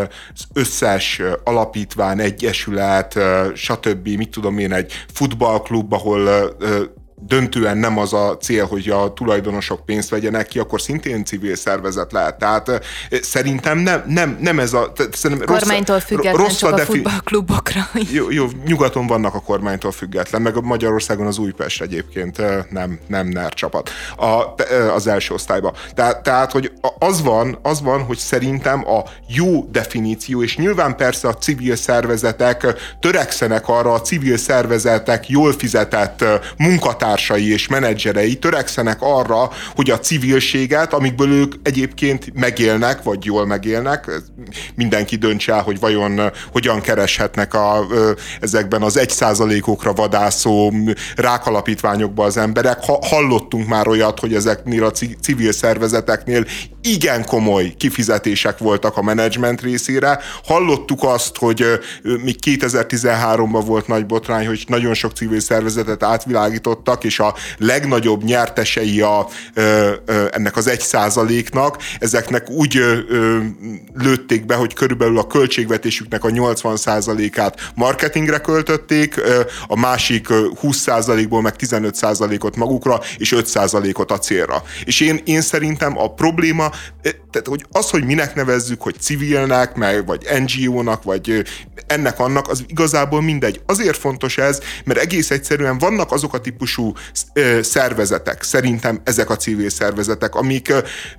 Speaker 2: összes alapítvány, egyesület, stb., mit tudom én, egy futballklub, ahol döntően nem az a cél, hogy a tulajdonosok pénzt vegyenek ki, akkor szintén civil szervezet lehet. Tehát szerintem nem, nem, nem ez a...
Speaker 1: Kormánytól független, rossz csak a, defi- a futballklubokra.
Speaker 2: Jó, jó, nyugaton vannak a kormánytól független, meg Magyarországon az Újpest egyébként nem, nem NER csapat a, az első osztályban. Tehát, tehát, hogy az van, az van, hogy szerintem a jó definíció, és nyilván persze a civil szervezetek törekszenek arra, a civil szervezetek jól fizetett munkatársai és menedzserei törekszenek arra, hogy a civilséget, amikből ők egyébként megélnek, vagy jól megélnek, mindenki döntse el, hogy vajon hogyan kereshetnek a, ezekben az egy százalékokra vadászó rákalapítványokban az emberek. Ha, hallottunk már olyat, hogy ezeknél a civil szervezeteknél igen komoly kifizetések voltak a menedzsment részére. Hallottuk azt, hogy még kétezer-tizenháromban volt nagy botrány, hogy nagyon sok civil szervezetet átvilágítottak, és a legnagyobb nyertesei a, ö, ö, ennek az egy százaléknak, ezeknek úgy ö, ö, lőtték be, hogy körülbelül a költségvetésüknek a nyolcvan százalékát marketingre költötték, ö, a másik húsz százalékból meg tizenöt százalékot magukra, és öt százalékot a célra. És én, én szerintem a probléma, tehát hogy az, hogy minek nevezzük, hogy civilnek, meg, vagy en gé ó-nak, vagy ennek annak, az igazából mindegy. Azért fontos ez, mert egész egyszerűen vannak azok a típusú szervezetek, szerintem ezek a civil szervezetek, amik,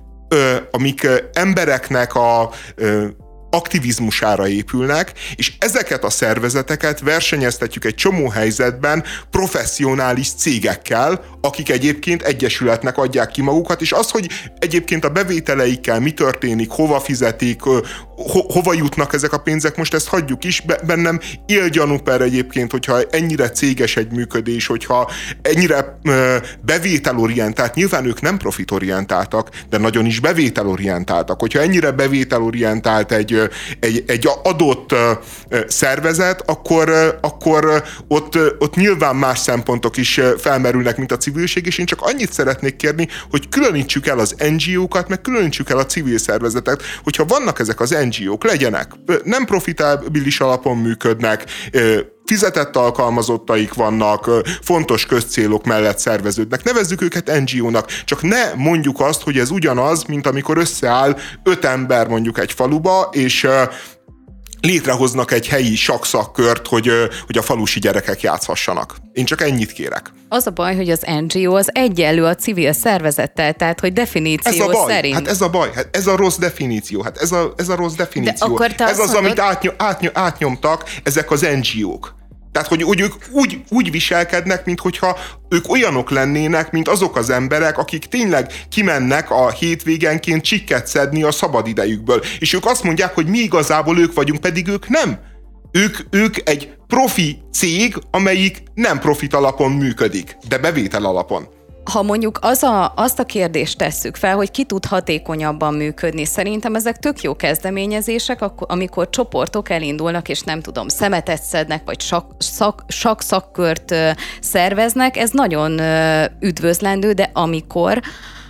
Speaker 2: amik embereknek a aktivizmusára épülnek, és ezeket a szervezeteket versenyeztetjük egy csomó helyzetben professzionális cégekkel, akik egyébként egyesületnek adják ki magukat, és az, hogy egyébként a bevételeikkel mi történik, hova fizetik, ho- hova jutnak ezek a pénzek, most ezt hagyjuk is, bennem élgyanú per egyébként, hogyha ennyire céges egy működés, hogyha ennyire bevételorientált, nyilván ők nem profitorientáltak, de nagyon is bevételorientáltak, hogyha ennyire bevételorientált egy Egy, egy adott szervezet, akkor, akkor ott, ott nyilván más szempontok is felmerülnek, mint a civilség, és én csak annyit szeretnék kérni, hogy különítsük el az en gé ó-kat, meg különítsük el a civil szervezetet, hogyha vannak ezek az en gé ó-k, legyenek, nem profitábilis alapon működnek, fizetett alkalmazottaik vannak, fontos közcélok mellett szerveződnek. Nevezzük őket en gé ó-nak, csak ne mondjuk azt, hogy ez ugyanaz, mint amikor összeáll öt ember mondjuk egy faluba, és létrehoznak egy helyi sakszakkört, hogy, hogy a falusi gyerekek játszhassanak. Én csak ennyit kérek.
Speaker 3: Az a baj, hogy az en gé ó az egyenlő a civil szervezettel, tehát hogy definíció
Speaker 2: ez a baj.
Speaker 3: szerint.
Speaker 2: Hát ez a baj, hát ez a rossz definíció, hát ez a, ez a rossz definíció. Ez az, mondod... amit átnyom, átnyom, átnyomtak ezek az en gé ó-k. Tehát, hogy, hogy ők úgy, úgy viselkednek, minthogyha ők olyanok lennének, mint azok az emberek, akik tényleg kimennek a hétvégenként csikket szedni a szabadidejükből. És ők azt mondják, hogy mi igazából ők vagyunk, pedig ők nem. Ők, ők egy profi cég, amelyik nem profit alapon működik, de bevétel alapon.
Speaker 3: Ha mondjuk az a, azt a kérdést tesszük fel, hogy ki tud hatékonyabban működni, szerintem ezek tök jó kezdeményezések, amikor csoportok elindulnak, és nem tudom, szemetet szednek, vagy sakszakkört szerveznek, ez nagyon üdvözlendő, de amikor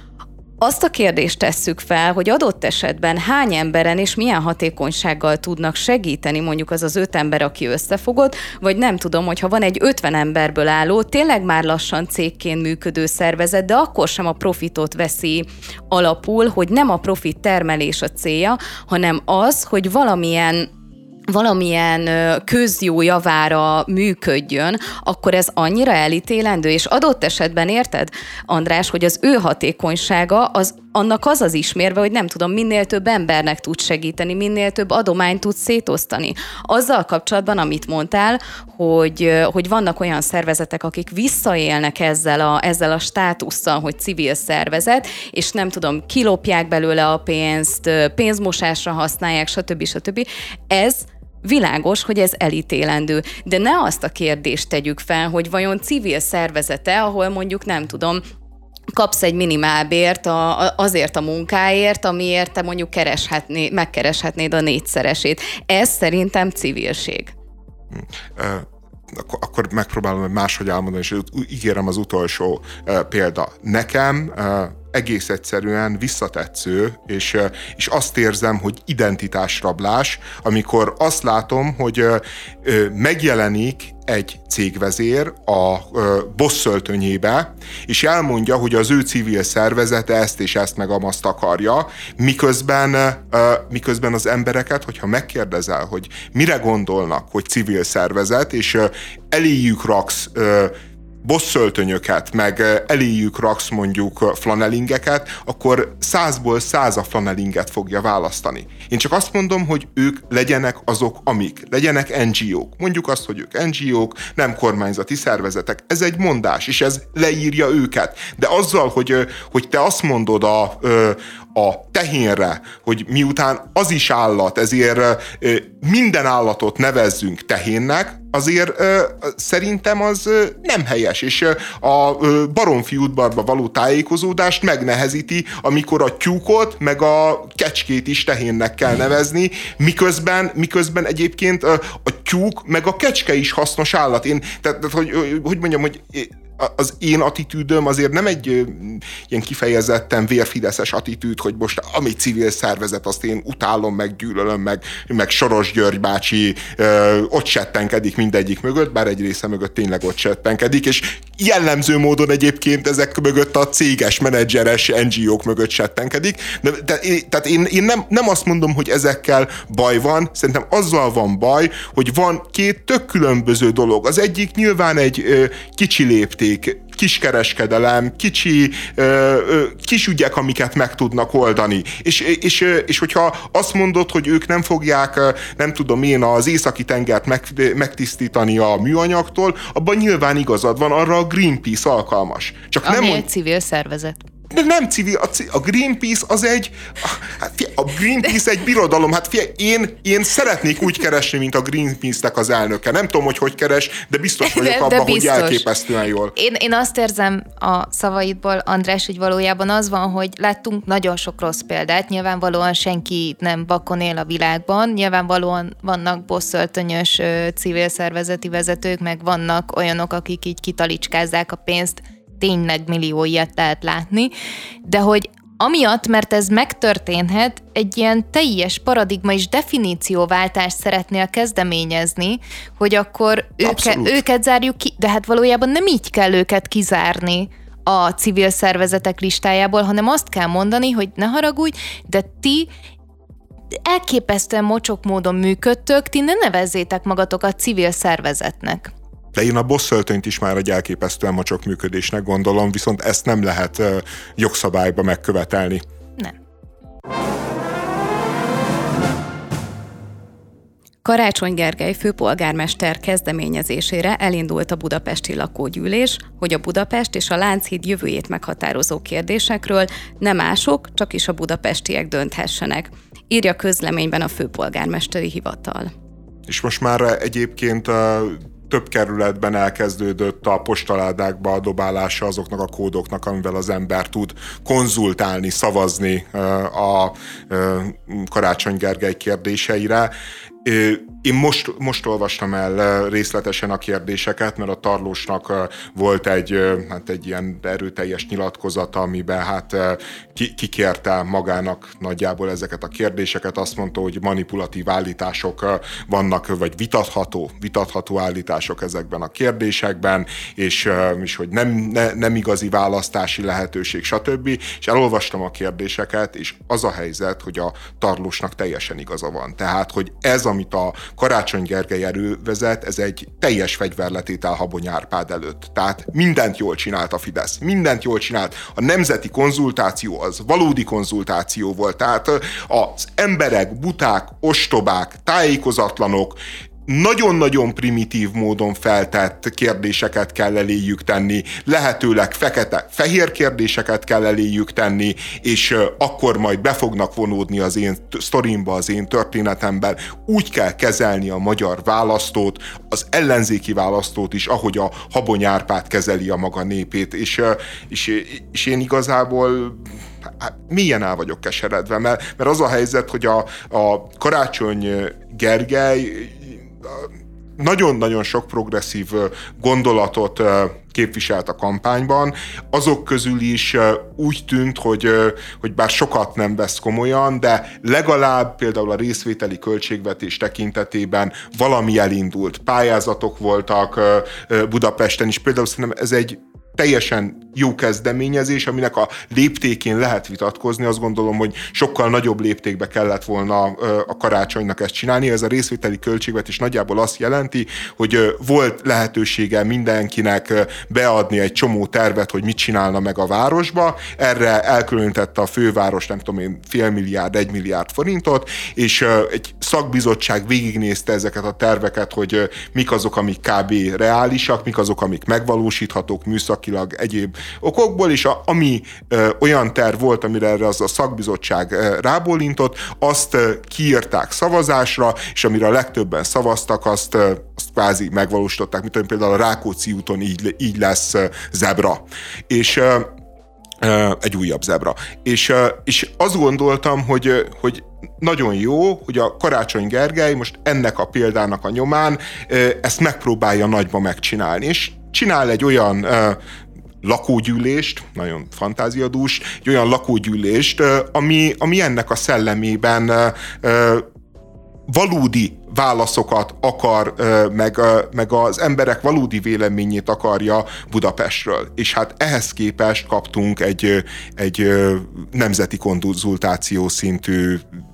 Speaker 3: azt a kérdést tesszük fel, hogy adott esetben hány emberen és milyen hatékonysággal tudnak segíteni, mondjuk az az öt ember, aki összefogott, vagy nem tudom, hogyha van egy ötven emberből álló, tényleg már lassan cégként működő szervezet, de akkor sem a profitot veszi alapul, hogy nem a profit termelés a célja, hanem az, hogy valamilyen valamilyen közjó javára működjön, akkor ez annyira elítélendő, és adott esetben érted, András, hogy az ő hatékonysága az annak az az ismérve, hogy nem tudom, minél több embernek tud segíteni, minél több adományt tud szétosztani. Azzal kapcsolatban, amit mondtál, hogy, hogy vannak olyan szervezetek, akik visszaélnek ezzel a, ezzel a státusszal, hogy civil szervezet, és nem tudom, kilopják belőle a pénzt, pénzmosásra használják, stb. stb. Ez Világos, hogy ez elítélendő, de ne azt a kérdést tegyük fel, hogy vajon civil szervezete, ahol mondjuk nem tudom, kapsz egy minimálbért a, a, azért a munkáért, amiért te mondjuk kereshetné, megkereshetnéd a négyszeresét. Ez szerintem civilség.
Speaker 2: Uh, akkor, akkor megpróbálom máshogy elmondani, és ígérem az utolsó uh, példa. Nekem uh, egész egyszerűen visszatetsző, és, és azt érzem, hogy identitásrablás, amikor azt látom, hogy megjelenik egy cégvezér a bosszöltönyébe, és elmondja, hogy az ő civil szervezete ezt és ezt meg amazt akarja, miközben, miközben az embereket, hogyha megkérdezel, hogy mire gondolnak, hogy civil szervezet, és eléjük raksz bosszöltönyöket, meg eléjük raksz mondjuk flanelingeket, akkor százból száz a flanelinget fogja választani. Én csak azt mondom, hogy ők legyenek azok, amik. Legyenek en gé ók. Mondjuk azt, hogy ők en gé ók, nem kormányzati szervezetek. Ez egy mondás, és ez leírja őket. De azzal, hogy, hogy te azt mondod a, a tehénre, hogy miután az is állat, ezért minden állatot nevezzünk tehénnek, azért ö, szerintem az ö, nem helyes, és ö, a ö, Baromfi udvarba való tájékozódást megnehezíti, amikor a tyúkot, meg a kecskét is tehénnek kell nevezni, miközben, miközben egyébként ö, a tyúk, meg a kecske is hasznos állat. Én, tehát, tehát hogy, hogy mondjam, hogy az én attitűdöm azért nem egy ö, ilyen kifejezetten vérfideszes attitűd, hogy most ami civil szervezet, azt én utálom, meg gyűlölöm, meg, meg Soros György bácsi ö, ott settenkedik mindegyik mögött, bár egy része mögött tényleg ott settenkedik, és jellemző módon egyébként ezek mögött a céges, menedzseres en gé ók mögött settenkedik. De, de, tehát én, én nem, nem azt mondom, hogy ezekkel baj van, szerintem azzal van baj, hogy van két tök különböző dolog. Az egyik nyilván egy ö, kicsi lépték, kiskereskedelem, kicsi ö, ö, kis ügyek, amiket meg tudnak oldani. És, és, és hogyha azt mondod, hogy ők nem fogják, nem tudom én, az északi tengert meg, megtisztítani a műanyagtól, abban nyilván igazad van, arra a Greenpeace alkalmas.
Speaker 1: Csak Ami nem egy mond... civil szervezet.
Speaker 2: De nem civil, a, a Greenpeace az egy, a Greenpeace egy birodalom, hát figyelj, én, én szeretnék úgy keresni, mint a Greenpeace-nek az elnöke. Nem tudom, hogy hogy keres, de biztos vagyok de, abban, de hogy elképesztően jól.
Speaker 1: Én, én azt érzem a szavaidból, András, hogy valójában az van, hogy láttunk nagyon sok rossz példát, nyilvánvalóan senki nem vakon él a világban, nyilvánvalóan vannak bosszöltönyös civil szervezeti vezetők, meg vannak olyanok, akik így kitalicskázzák a pénzt, tényleg millió ilyet lehet látni, de hogy amiatt, mert ez megtörténhet, egy ilyen teljes paradigma és definícióváltást szeretnél kezdeményezni, hogy akkor őke, őket zárjuk ki, de hát valójában nem így kell őket kizárni a civil szervezetek listájából, hanem azt kell mondani, hogy ne haragudj, de ti elképesztően mocsok módon működtök, ti ne nevezzétek magatokat civil szervezetnek.
Speaker 2: De én a bosszöltönyt is már egy elképesztően mocsok működésnek gondolom, viszont ezt nem lehet uh, jogszabályba megkövetelni.
Speaker 1: Nem.
Speaker 3: Karácsony Gergely főpolgármester kezdeményezésére elindult a budapesti lakógyűlés, hogy a Budapest és a Lánchíd jövőjét meghatározó kérdésekről nem mások, csak is a budapestiek dönthessenek, írja közleményben a főpolgármesteri hivatal.
Speaker 2: És most már egyébként a több kerületben elkezdődött a postaládákba a dobálása azoknak a kódoknak, amivel az ember tud konzultálni, szavazni a Karácsony Gergely kérdéseire. Én most, most olvastam el részletesen a kérdéseket, mert a Tarlósnak volt egy, hát egy ilyen erőteljes nyilatkozata, amiben hát kikérte magának nagyjából ezeket a kérdéseket. Azt mondta, hogy manipulatív állítások vannak, vagy vitatható, vitatható állítások ezekben a kérdésekben, és, és hogy nem, ne, nem igazi választási lehetőség, stb. És elolvastam a kérdéseket, és az a helyzet, hogy a Tarlósnak teljesen igaza van. Tehát, hogy ez, amit a Karácsony Gergely erővezet, ez egy teljes fegyverletétel Habony Árpád előtt. Tehát mindent jól csinált a Fidesz. Mindent jól csinált. A nemzeti konzultáció az valódi konzultáció volt. Tehát az emberek, buták, ostobák, tájékozatlanok nagyon-nagyon primitív módon feltett kérdéseket kell eléjük tenni, lehetőleg fekete-fehér kérdéseket kell eléjük tenni, és akkor majd be fognak vonódni az én sztorimba, az én történetemben. Úgy kell kezelni a magyar választót, az ellenzéki választót is, ahogy a Habony Árpád kezeli a maga népét, és, és, és én igazából hát, mélyen el vagyok keseredve, mert, mert az a helyzet, hogy a, a Karácsony Gergely nagyon-nagyon sok progresszív gondolatot képviselt a kampányban, azok közül is úgy tűnt, hogy, hogy bár sokat nem vesz komolyan, de legalább például a részvételi költségvetés tekintetében valami elindult. Pályázatok voltak Budapesten is, például szerintem ez egy teljesen jó kezdeményezés, aminek a léptékén lehet vitatkozni. Azt gondolom, hogy sokkal nagyobb léptékbe kellett volna a Karácsonynak ezt csinálni. Ez a részvételi költségvetés nagyjából azt jelenti, hogy volt lehetősége mindenkinek beadni egy csomó tervet, hogy mit csinálna meg a városba. Erre elkülönítette a főváros, nem tudom én, fél milliárd, egy milliárd forintot, és egy szakbizottság végignézte ezeket a terveket, hogy mik azok, amik kb. Reálisak, mik azok, amik megvalósíthatók műszakilag egyéb okokból, és a, ami ö, olyan terv volt, amire erre az a szakbizottság ö, rábólintott, azt ö, kiírták szavazásra, és amire a legtöbben szavaztak, azt, ö, azt kvázi megvalósították, mint például a Rákóczi úton így, így lesz ö, zebra. És ö, ö, egy újabb zebra. És, ö, és azt gondoltam, hogy, ö, hogy nagyon jó, hogy a Karácsony Gergely most ennek a példának a nyomán ö, ezt megpróbálja nagyba megcsinálni, és csinál egy olyan ö, lakógyűlést, nagyon fantáziadús, egy olyan lakógyűlést, ami, ami ennek a szellemében ö, valódi válaszokat akar, ö, meg, ö, meg az emberek valódi véleményét akarja Budapestről. És hát ehhez képest kaptunk egy, egy nemzeti konzultáció szintű,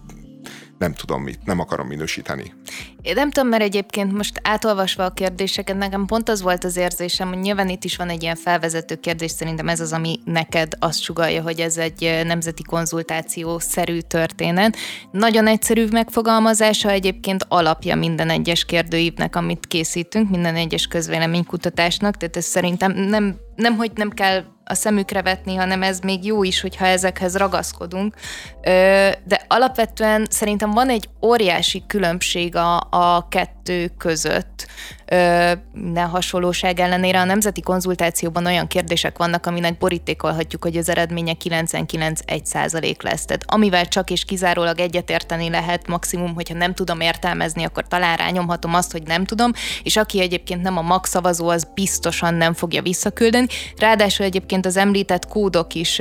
Speaker 2: nem tudom mit, nem akarom minősíteni.
Speaker 1: Én nem tudom, mert egyébként most átolvasva a kérdéseket, nekem pont az volt az érzésem, hogy nyilván itt is van egy ilyen felvezető kérdés, szerintem ez az, ami neked azt sugallja, hogy ez egy nemzeti konzultáció-szerű történet. Nagyon egyszerű megfogalmazása, egyébként alapja minden egyes kérdőívnek, amit készítünk, minden egyes közvéleménykutatásnak, tehát ez szerintem nem, nem, hogy nem kell a szemükre vetni, hanem ez még jó is, hogyha ezekhez ragaszkodunk. De alapvetően szerintem van egy óriási különbség a, a kettő között. Minden hasonlóság ellenére a nemzeti konzultációban olyan kérdések vannak, aminek borítékolhatjuk, hogy az eredménye kilencvenkilenc egész egy százalék lesz. Tehát amivel csak és kizárólag egyetérteni lehet, maximum, hogyha nem tudom értelmezni, akkor talán rányomhatom azt, hogy nem tudom, és aki egyébként nem a magszavazó, az biztosan nem fogja visszaküldeni. Ráadásul egyébként az említett kódok is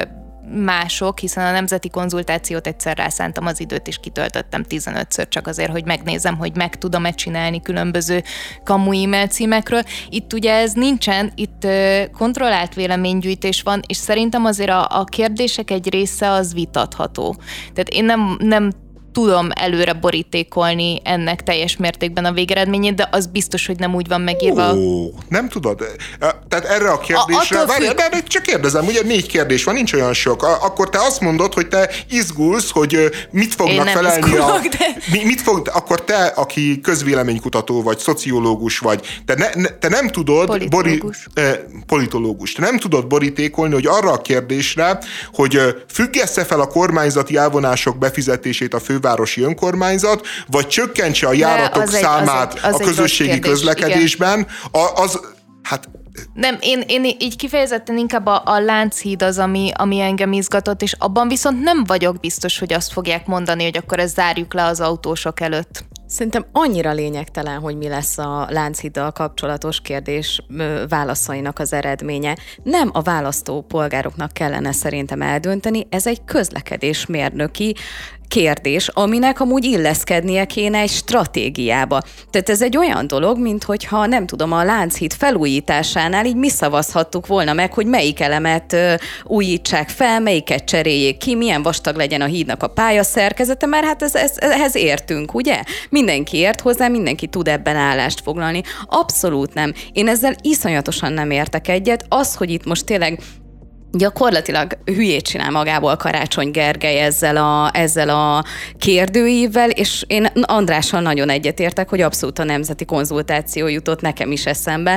Speaker 1: mások, hiszen a nemzeti konzultációt egyszer rászántam az időt, és kitöltöttem tizenötször csak azért, hogy megnézem, hogy meg tudom-e csinálni különböző kamu e-mail címekről. Itt ugye ez nincsen, itt kontrollált véleménygyűjtés van, és szerintem azért a, a kérdések egy része az vitatható. Tehát én nem, nem tudom előre borítékolni ennek teljes mértékben a végeredményét, de az biztos, hogy nem úgy van megírva.
Speaker 2: Ó, nem tudod? Tehát erre a kérdésre... A, várj, de csak kérdezem, ugye négy kérdés van, nincs olyan sok. Akkor te azt mondod, hogy te izgulsz, hogy mit fognak felelni
Speaker 1: izgulok,
Speaker 2: a...
Speaker 1: De...
Speaker 2: Mit fog, akkor te, aki közvéleménykutató vagy, szociológus vagy, te, ne, ne, te nem tudod...
Speaker 1: Politológus.
Speaker 2: Bori, eh, politológus. Te nem tudod borítékolni, hogy arra a kérdésre, hogy függesse fel a kormányzati elvonások befizetését a fővárosi önkormányzat, vagy csökkentse a járatok az számát egy, az egy, az a közösségi kérdés, közlekedésben, a, az, hát...
Speaker 1: Nem, én, én így kifejezetten inkább a, a Lánchíd az, ami, ami engem izgatott, és abban viszont nem vagyok biztos, hogy azt fogják mondani, hogy akkor ezt zárjuk le az autósok előtt.
Speaker 3: Szerintem annyira lényegtelen, hogy mi lesz a Lánchíddal kapcsolatos kérdés válaszainak az eredménye. Nem a választópolgároknak kellene szerintem eldönteni, ez egy közlekedésmérnöki kérdés, aminek amúgy illeszkednie kéne egy stratégiába. Tehát ez egy olyan dolog, mint hogyha nem tudom, a Lánchíd felújításánál így mi szavazhattuk volna meg, hogy melyik elemet ö, újítsák fel, melyiket cseréljék ki, milyen vastag legyen a hídnak a pályaszerkezete, mert hát ez, ez, ehhez értünk, ugye? Mindenki ért hozzá, mindenki tud ebben állást foglalni. Abszolút nem. Én ezzel iszonyatosan nem értek egyet. Az, hogy itt most tényleg gyakorlatilag hülyét csinál magából Karácsony Gergely ezzel a, ezzel a kérdőívvel, és én Andrással nagyon egyetértek, hogy abszolút a nemzeti konzultáció jutott nekem is eszembe.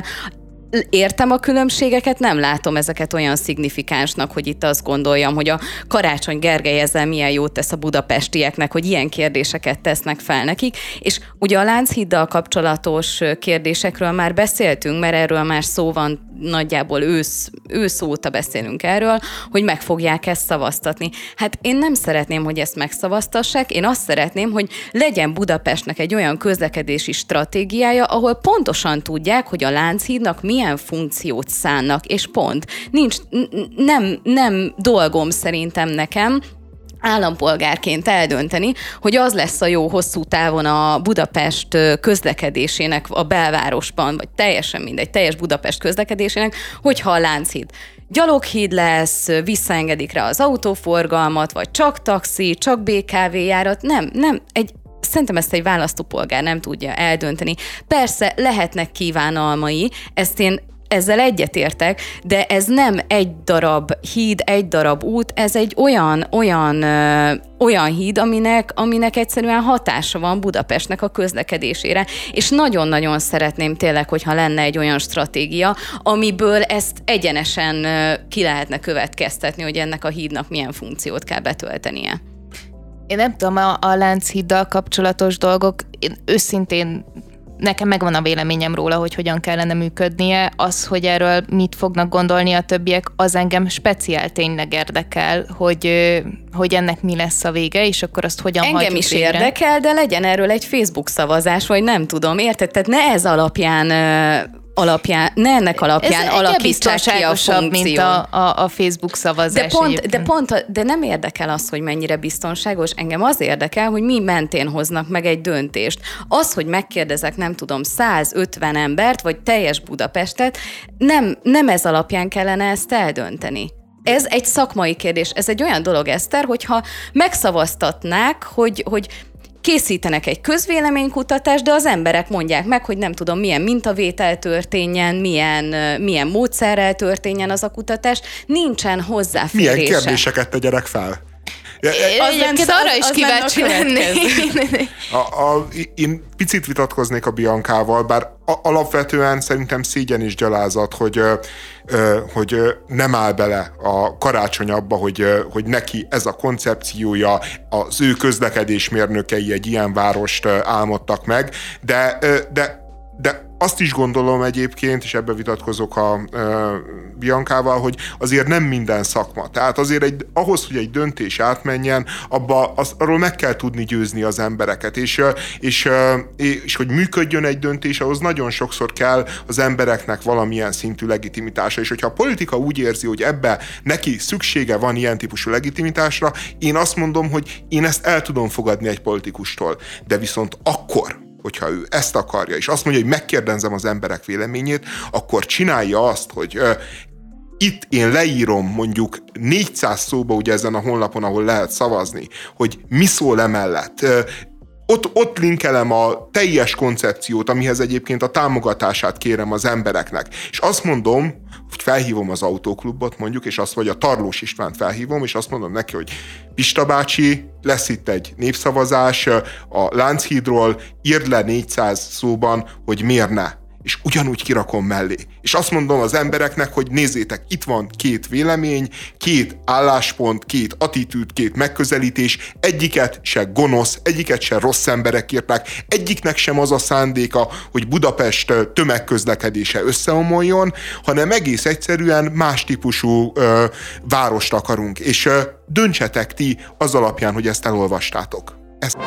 Speaker 3: Értem a különbségeket, nem látom ezeket olyan szignifikánsnak, hogy itt azt gondoljam, hogy a Karácsony Gergely ezzel milyen jót tesz a budapestieknek, hogy ilyen kérdéseket tesznek fel nekik, és ugye a Lánchíddal kapcsolatos kérdésekről már beszéltünk, mert erről már szó van, nagyjából ősz, ősz óta beszélünk erről, hogy meg fogják ezt szavaztatni. Hát én nem szeretném, hogy ezt megszavaztassák, én azt szeretném, hogy legyen Budapestnek egy olyan közlekedési stratégiája, ahol pontosan tudják, hogy a Lánchídnak milyen funkciót szánnak, és pont. Nincs, nem, nem dolgom szerintem nekem, állampolgárként eldönteni, hogy az lesz a jó hosszú távon a Budapest közlekedésének a belvárosban, vagy teljesen mindegy, teljes Budapest közlekedésének, hogyha a Lánchíd gyaloghíd lesz, visszaengedik rá az autóforgalmat, vagy csak taxi, csak bé ká vé járat. Nem, nem, egy Szerintem ezt egy választópolgár nem tudja eldönteni. Persze lehetnek kívánalmai, ezt én ezzel egyetértek, de ez nem egy darab híd, egy darab út, ez egy olyan, olyan, ö, olyan híd, aminek, aminek egyszerűen hatása van Budapestnek a közlekedésére, és nagyon-nagyon szeretném tényleg, hogyha lenne egy olyan stratégia, amiből ezt egyenesen ö, ki lehetne következtetni, hogy ennek a hídnak milyen funkciót kell betöltenie.
Speaker 1: Én nem tudom, a, a Lánchíddal kapcsolatos dolgok, én őszintén nekem megvan a véleményem róla, hogy hogyan kellene működnie. Az, hogy erről mit fognak gondolni a többiek, az engem speciál tényleg érdekel, hogy, hogy ennek mi lesz a vége, és akkor azt hogyan
Speaker 3: hagyjuk
Speaker 1: Engem is
Speaker 3: végre. Érdekel, de legyen erről egy Facebook szavazás, vagy nem tudom, érted? Tehát ne ez alapján... alapján, ne ennek alapján alakítsák ki a funkciót.
Speaker 1: Mint a, a, a Facebook szavazás.
Speaker 3: De pont, de pont, a, de nem érdekel az, hogy mennyire biztonságos. Engem az érdekel, hogy mi mentén hoznak meg egy döntést. Az, hogy megkérdezek, nem tudom, száz ötven embert, vagy teljes Budapestet, nem, nem ez alapján kellene ezt eldönteni. Ez egy szakmai kérdés. Ez egy olyan dolog, Eszter, hogyha megszavaztatnák, hogy, hogy készítenek egy közvéleménykutatást, de az emberek mondják meg, hogy nem tudom, milyen mintavétel történjen, milyen, milyen módszerrel történjen az a kutatás, nincsen hozzáférése.
Speaker 2: Milyen kérdéseket tegyenek fel?
Speaker 1: Egyébként arra is kíváncsi lennék.
Speaker 2: Én picit vitatkoznék a Biancával, bár a, alapvetően szerintem szégyen és gyalázat, hogy, ö, hogy nem áll bele a Karácsony abba, hogy, hogy neki ez a koncepciója, az ő közlekedésmérnökei egy ilyen várost álmodtak meg, de, de, de azt is gondolom egyébként, és ebbe vitatkozok a e, Biancával, hogy azért nem minden szakma. Tehát azért egy, ahhoz, hogy egy döntés átmenjen, abba, az, arról meg kell tudni győzni az embereket, és, és, és hogy működjön egy döntés, ahhoz nagyon sokszor kell az embereknek valamilyen szintű legitimitása, és hogyha a politika úgy érzi, hogy ebbe neki szüksége van ilyen típusú legitimitásra, én azt mondom, hogy én ezt el tudom fogadni egy politikustól, de viszont akkor, hogyha ő ezt akarja, és azt mondja, hogy megkérdezem az emberek véleményét, akkor csinálja azt, hogy uh, itt én leírom mondjuk négyszáz szóba, ugye ezen a honlapon, ahol lehet szavazni, hogy mi szól emellett. Uh, ott, ott linkelem a teljes koncepciót, amihez egyébként a támogatását kérem az embereknek. És azt mondom, hogy felhívom az autóklubot mondjuk, és azt vagy a Tarlós Istvánt felhívom, és azt mondom neki, hogy Pista bácsi, lesz itt egy népszavazás a Lánchídról, írd le négyszáz szóban, hogy miért ne. És ugyanúgy kirakom mellé. És azt mondom az embereknek, hogy nézzétek, itt van két vélemény, két álláspont, két attitűd, két megközelítés, egyiket se gonosz, egyiket se rossz emberek írták, egyiknek sem az a szándéka, hogy Budapest tömegközlekedése összeomoljon, hanem egész egyszerűen más típusú ö, várost akarunk. És ö, döntsetek ti az alapján, hogy ezt elolvastátok. Ezt...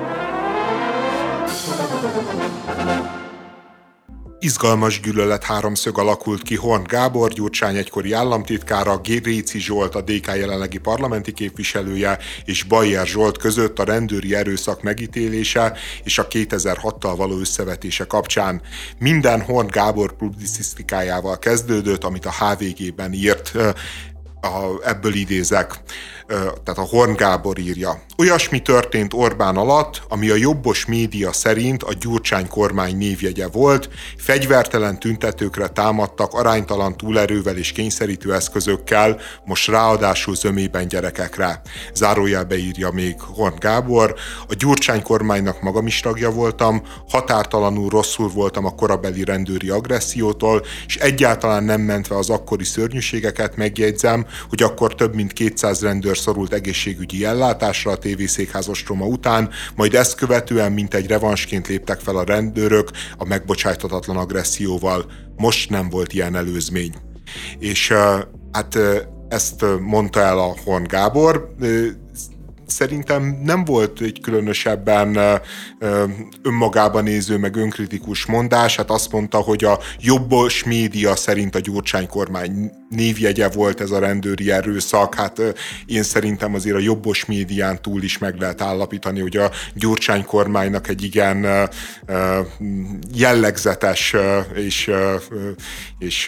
Speaker 2: Izgalmas gyűlölet háromszög alakult ki Horn Gábor, Gyurcsány egykori államtitkára, Réci Zsolt, a dé ká jelenlegi parlamenti képviselője, és Bayer Zsolt között a rendőri erőszak megítélése és a kétezer-hattal való összevetése kapcsán. Minden Horn Gábor publicisztikájával kezdődött, amit a há vé gében írt. A, ebből idézek. tehát a Horn Gábor írja. Olyasmi történt Orbán alatt, ami a jobbos média szerint a Gyurcsány kormány névjegye volt, fegyvertelen tüntetőkre támadtak aránytalan túlerővel és kényszerítő eszközökkel, most ráadásul zömében gyerekekre. Zárójelbe írja még Horn Gábor. A Gyurcsány kormánynak magam is tagja voltam, határtalanul rosszul voltam a korabeli rendőri agressziótól, és egyáltalán nem mentve az akkori szörnyűségeket megjegyzem, hogy akkor több mint kétszáz rendőr szorult egészségügyi ellátásra a tévészékház ostroma után, majd ezt követően mintegy revansként léptek fel a rendőrök a megbocsájtatatlan agresszióval. Most nem volt ilyen előzmény. És hát ezt mondta el a Horn Gábor. Szerintem nem volt egy különösebben önmagában néző, meg önkritikus mondás. Hát azt mondta, hogy a jobbos média szerint a Gyurcsány kormány névjegye volt ez a rendőri erőszak. Hát én szerintem azért a jobbos médián túl is meg lehet állapítani, hogy a Gyurcsány kormánynak egy igen jellegzetes és, és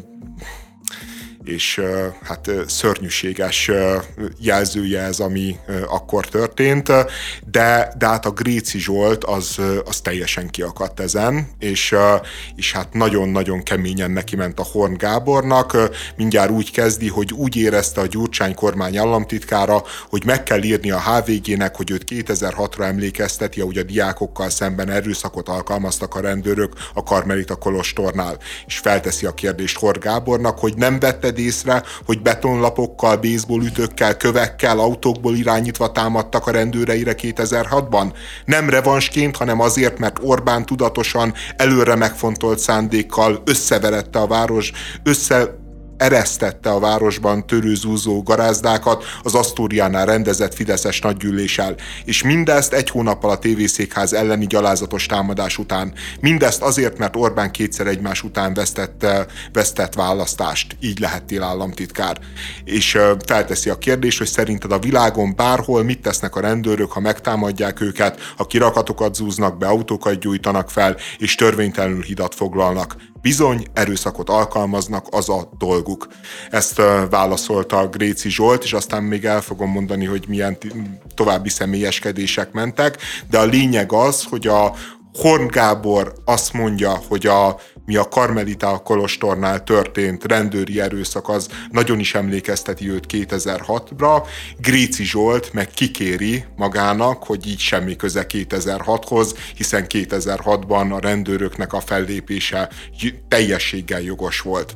Speaker 2: és hát szörnyűséges jelzője ez, ami akkor történt, de, de hát a Gréci Zsolt az, az teljesen kiakadt ezen, és, és hát nagyon-nagyon keményen neki ment a Horn Gábornak, mindjárt úgy kezdi, hogy úgy érezte a Gyurcsány kormány államtitkára, hogy meg kell írni a há vé gének, hogy őt kétezer-hatra emlékezteti, ahogy a diákokkal szemben erőszakot alkalmaztak a rendőrök a Karmelita kolostornál, és felteszi a kérdést Horn Gábornak, hogy nem vetted észre, hogy betonlapokkal, baseballütőkkel, kövekkel, autókból irányítva támadtak a rendőreire kétezer-hatban? Nem revansként, hanem azért, mert Orbán tudatosan, előre megfontolt szándékkal összeverette a város, össze eresztette a városban törőzúzó garázdákat az Asztóriánál rendezett fideszes nagygyűléssel, és mindezt egy hónappal a tévészékház elleni gyalázatos támadás után. Mindezt azért, mert Orbán kétszer egymás után vesztett, vesztett választást, így lehettél államtitkár. És felteszi a kérdést, hogy szerinted a világon bárhol mit tesznek a rendőrök, ha megtámadják őket, ha kirakatokat zúznak be, autókat gyújtanak fel, és törvénytelenül hidat foglalnak. Bizony, erőszakot alkalmaznak, az a dolguk. Ezt uh, válaszolta Gréci Zsolt, és aztán még el fogom mondani, hogy milyen t- további személyeskedések mentek, de a lényeg az, hogy a Horn Gábor azt mondja, hogy a, mi a Karmelita kolostornál történt rendőri erőszak, az nagyon is emlékezteti őt kétezer-hatra. Gréci Zsolt meg kikéri magának, hogy így semmi köze kétezer-hathoz, hiszen kétezer-hatban a rendőröknek a fellépése teljességgel jogos volt.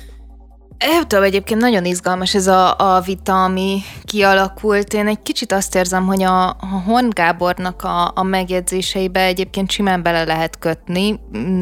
Speaker 1: Nem tudom, egyébként nagyon izgalmas ez a, a vita, ami kialakult. Én egy kicsit azt érzem, hogy a, a Horn Gábornak a, a megjegyzéseibe egyébként simán bele lehet kötni.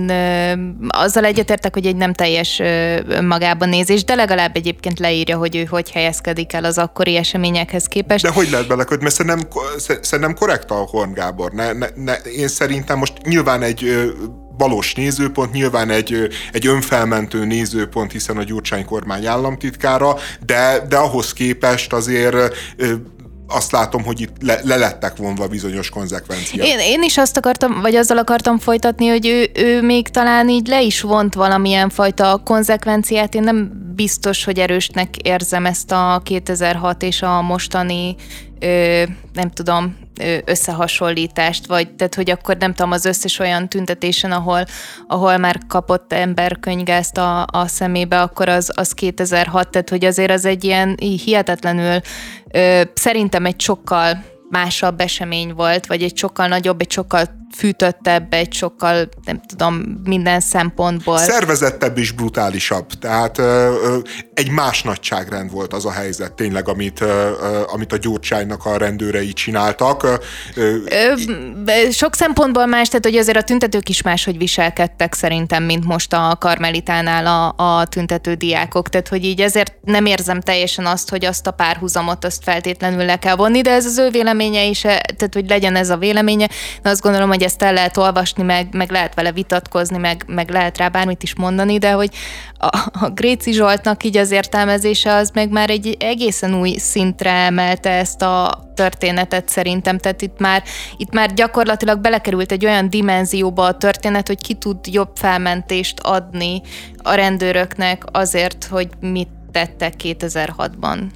Speaker 1: Azzal egyetértek, hogy egy nem teljes magában nézés, de legalább egyébként leírja, hogy ő hogy helyezkedik el az akkori eseményekhez képest.
Speaker 2: De hogy lehet belekötni? Mert szerintem, szerintem korrekt a Horn Gábor. Ne, ne, ne, én szerintem most nyilván egy valós nézőpont, nyilván egy, egy önfelmentő nézőpont, hiszen a Gyurcsány kormány államtitkára, de, de ahhoz képest azért azt látom, hogy itt le, le lettek vonva bizonyos konzekvenciák.
Speaker 1: Én, én is azt akartam, vagy azzal akartam folytatni, hogy ő, ő még talán így le is vont valamilyen fajta konzekvenciát. Én nem biztos, hogy erősnek érzem ezt a kétezer-hat és a mostani Ö, nem tudom, ö, összehasonlítást, vagy tehát, hogy akkor nem tudom, az összes olyan tüntetésen, ahol, ahol már kapott ember könyvgázt a, a szemébe, akkor az, az kétezer-hat, tehát hogy azért az egy ilyen hihetetlenül, ö, szerintem egy sokkal másabb esemény volt, vagy egy sokkal nagyobb, egy sokkal fűtöttebb, egy sokkal, nem tudom, minden szempontból.
Speaker 2: Szervezettebb és brutálisabb. Tehát ö, ö, egy más nagyságrend volt az a helyzet tényleg, amit, ö, ö, amit a Gyurcsánynak a rendőrei csináltak. Ö,
Speaker 1: ö, sok szempontból más, tehát hogy azért a tüntetők is máshogy viselkedtek szerintem, mint most a Karmelitánál a, a tüntető diákok. Tehát, hogy így ezért nem érzem teljesen azt, hogy azt a párhuzamot azt feltétlenül le kell vonni, de ez az ő véleménye is, tehát, hogy legyen ez a véleménye. De azt gondolom, hogy ezt el lehet olvasni, meg, meg lehet vele vitatkozni, meg, meg lehet rá bármit is mondani, de hogy a, a Gréci Zsoltnak így az értelmezése az meg már egy egészen új szintre emelte ezt a történetet szerintem, tehát itt már, itt már gyakorlatilag belekerült egy olyan dimenzióba a történet, hogy ki tud jobb felmentést adni a rendőröknek azért, hogy mit tettek kétezer-hatban.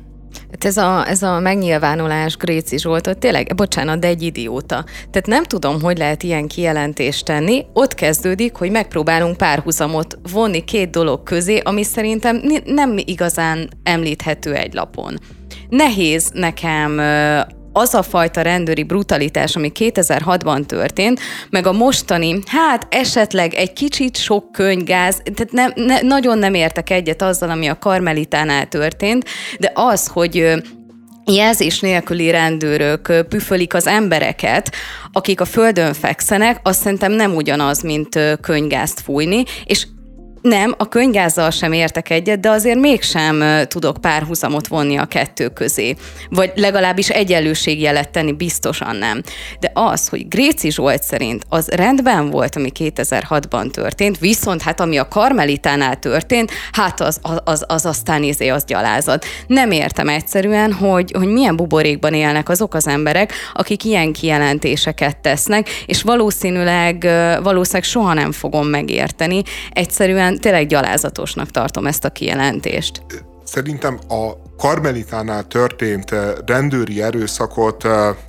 Speaker 3: Hát ez a, ez a megnyilvánulás Gréci Zsoltot tényleg, bocsánat, de egy idióta. Tehát nem tudom, hogy lehet ilyen kijelentést tenni. Ott kezdődik, hogy megpróbálunk párhuzamot vonni két dolog közé, ami szerintem nem igazán említhető egy lapon. Nehéz nekem az a fajta rendőri brutalitás, ami kétezer-hatban történt, meg a mostani, hát esetleg egy kicsit sok könygáz, tehát ne, ne, nagyon nem értek egyet azzal, ami a Karmelitánál történt, de az, hogy jelzés nélküli rendőrök püfölik az embereket, akik a földön fekszenek, azt szerintem nem ugyanaz, mint könygázt fújni, és nem, a könygázzal sem értek egyet, de azért mégsem tudok párhuzamot vonni a kettő közé. Vagy legalábbis egyenlőségjelet tenni, biztosan nem. De az, hogy Gréci Zsolt szerint az rendben volt, ami kétezer-hatban történt, viszont hát ami a Karmelitánál történt, hát az, az, az aztán izé, az gyalázat. Nem értem egyszerűen, hogy, hogy milyen buborékban élnek azok az emberek, akik ilyen kijelentéseket tesznek, és valószínűleg, valószínűleg soha nem fogom megérteni. Egyszerűen tényleg gyalázatosnak tartom ezt a kijelentést.
Speaker 2: Szerintem a Karmelitánál történt rendőri erőszakot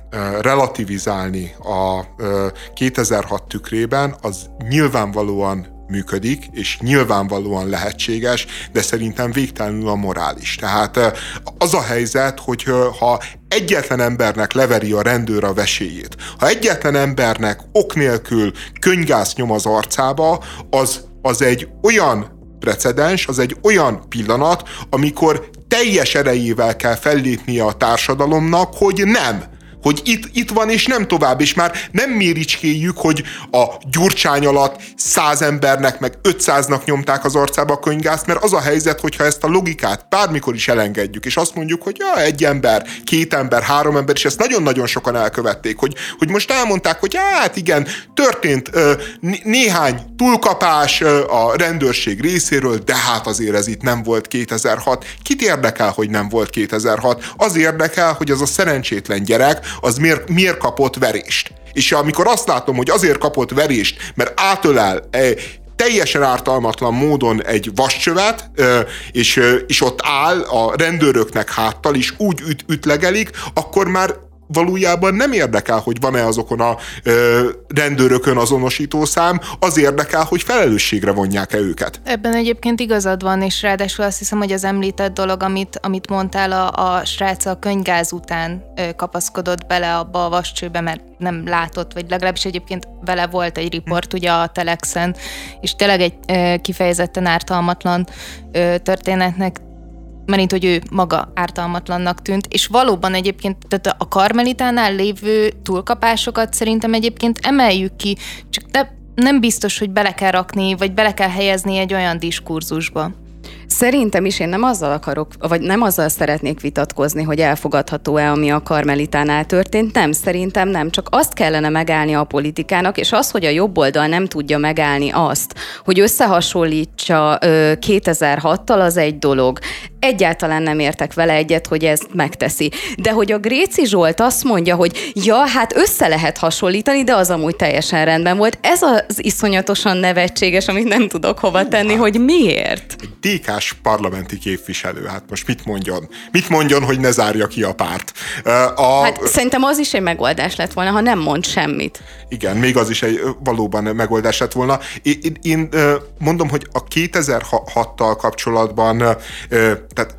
Speaker 2: relativizálni a kétezer-hat tükrében, az nyilvánvalóan működik, és nyilvánvalóan lehetséges, de szerintem végtelenül a morális. Tehát az a helyzet, hogy ha egyetlen embernek leveri a rendőr a veséjét, ha egyetlen embernek ok nélkül könygáz nyom az arcába, az az egy olyan precedens, az egy olyan pillanat, amikor teljes erejével kell fellépnie a társadalomnak, hogy nem. Hogy itt, itt van, és nem tovább, és már nem méricskéljük, hogy a Gyurcsány alatt száz embernek, meg ötszáznak nyomták az arcába a könygázt, mert az a helyzet, hogyha ezt a logikát bármikor is elengedjük, és azt mondjuk, hogy ja, egy ember, két ember, három ember, és ezt nagyon-nagyon sokan elkövették, hogy, hogy most elmondták, hogy hát igen, történt ö, néhány túlkapás ö, a rendőrség részéről, de hát azért ez itt nem volt kétezer-hat. Kit érdekel, hogy nem volt kétezer-hat? Az érdekel, hogy az a szerencsétlen gyerek, az miért, miért kapott verést. És amikor azt látom, hogy azért kapott verést, mert átölel teljesen ártalmatlan módon egy vascsövet, és, és ott áll a rendőröknek háttal, és úgy üt, ütlegelik, akkor már valójában nem érdekel, hogy van-e azokon a ö, rendőrökön azonosítószám, az érdekel, hogy felelősségre vonják-e őket.
Speaker 1: Ebben egyébként igazad van, és ráadásul azt hiszem, hogy az említett dolog, amit, amit mondtál, a, a srác a könygáz után ö, kapaszkodott bele abba a vascsőbe, mert nem látott, vagy legalábbis egyébként vele volt egy riport, ugye a Telexen, és tényleg egy ö, kifejezetten ártalmatlan ö, történetnek, mert hogy ő maga ártalmatlannak tűnt, és valóban egyébként tehát a Karmelitánál lévő túlkapásokat szerintem egyébként emeljük ki, csak de nem biztos, hogy bele kell rakni, vagy bele kell helyezni egy olyan diskurzusba.
Speaker 3: Szerintem is én nem azzal akarok, vagy nem azzal szeretnék vitatkozni, hogy elfogadható-e, ami a Karmelitánál történt. Nem, szerintem nem. Csak azt kellene megállni a politikának, és az, hogy a jobb oldal nem tudja megállni azt, hogy összehasonlítsa ö, kétezer-hattal, az egy dolog. Egyáltalán nem értek vele egyet, hogy ezt megteszi. De hogy a Gréci Zsolt azt mondja, hogy ja, hát össze lehet hasonlítani, de az amúgy teljesen rendben volt. Ez az iszonyatosan nevetséges, amit nem tudok hova tenni, hogy miért.
Speaker 2: Egy dé ká-s parlamenti képviselő, hát most mit mondjon? Mit mondjon, hogy ne zárja ki a párt? A...
Speaker 3: Hát szerintem az is egy megoldás lett volna, ha nem mond semmit.
Speaker 2: Igen, még az is egy valóban megoldás lett volna. Én, én mondom, hogy a kétezer-hattal kapcsolatban tehát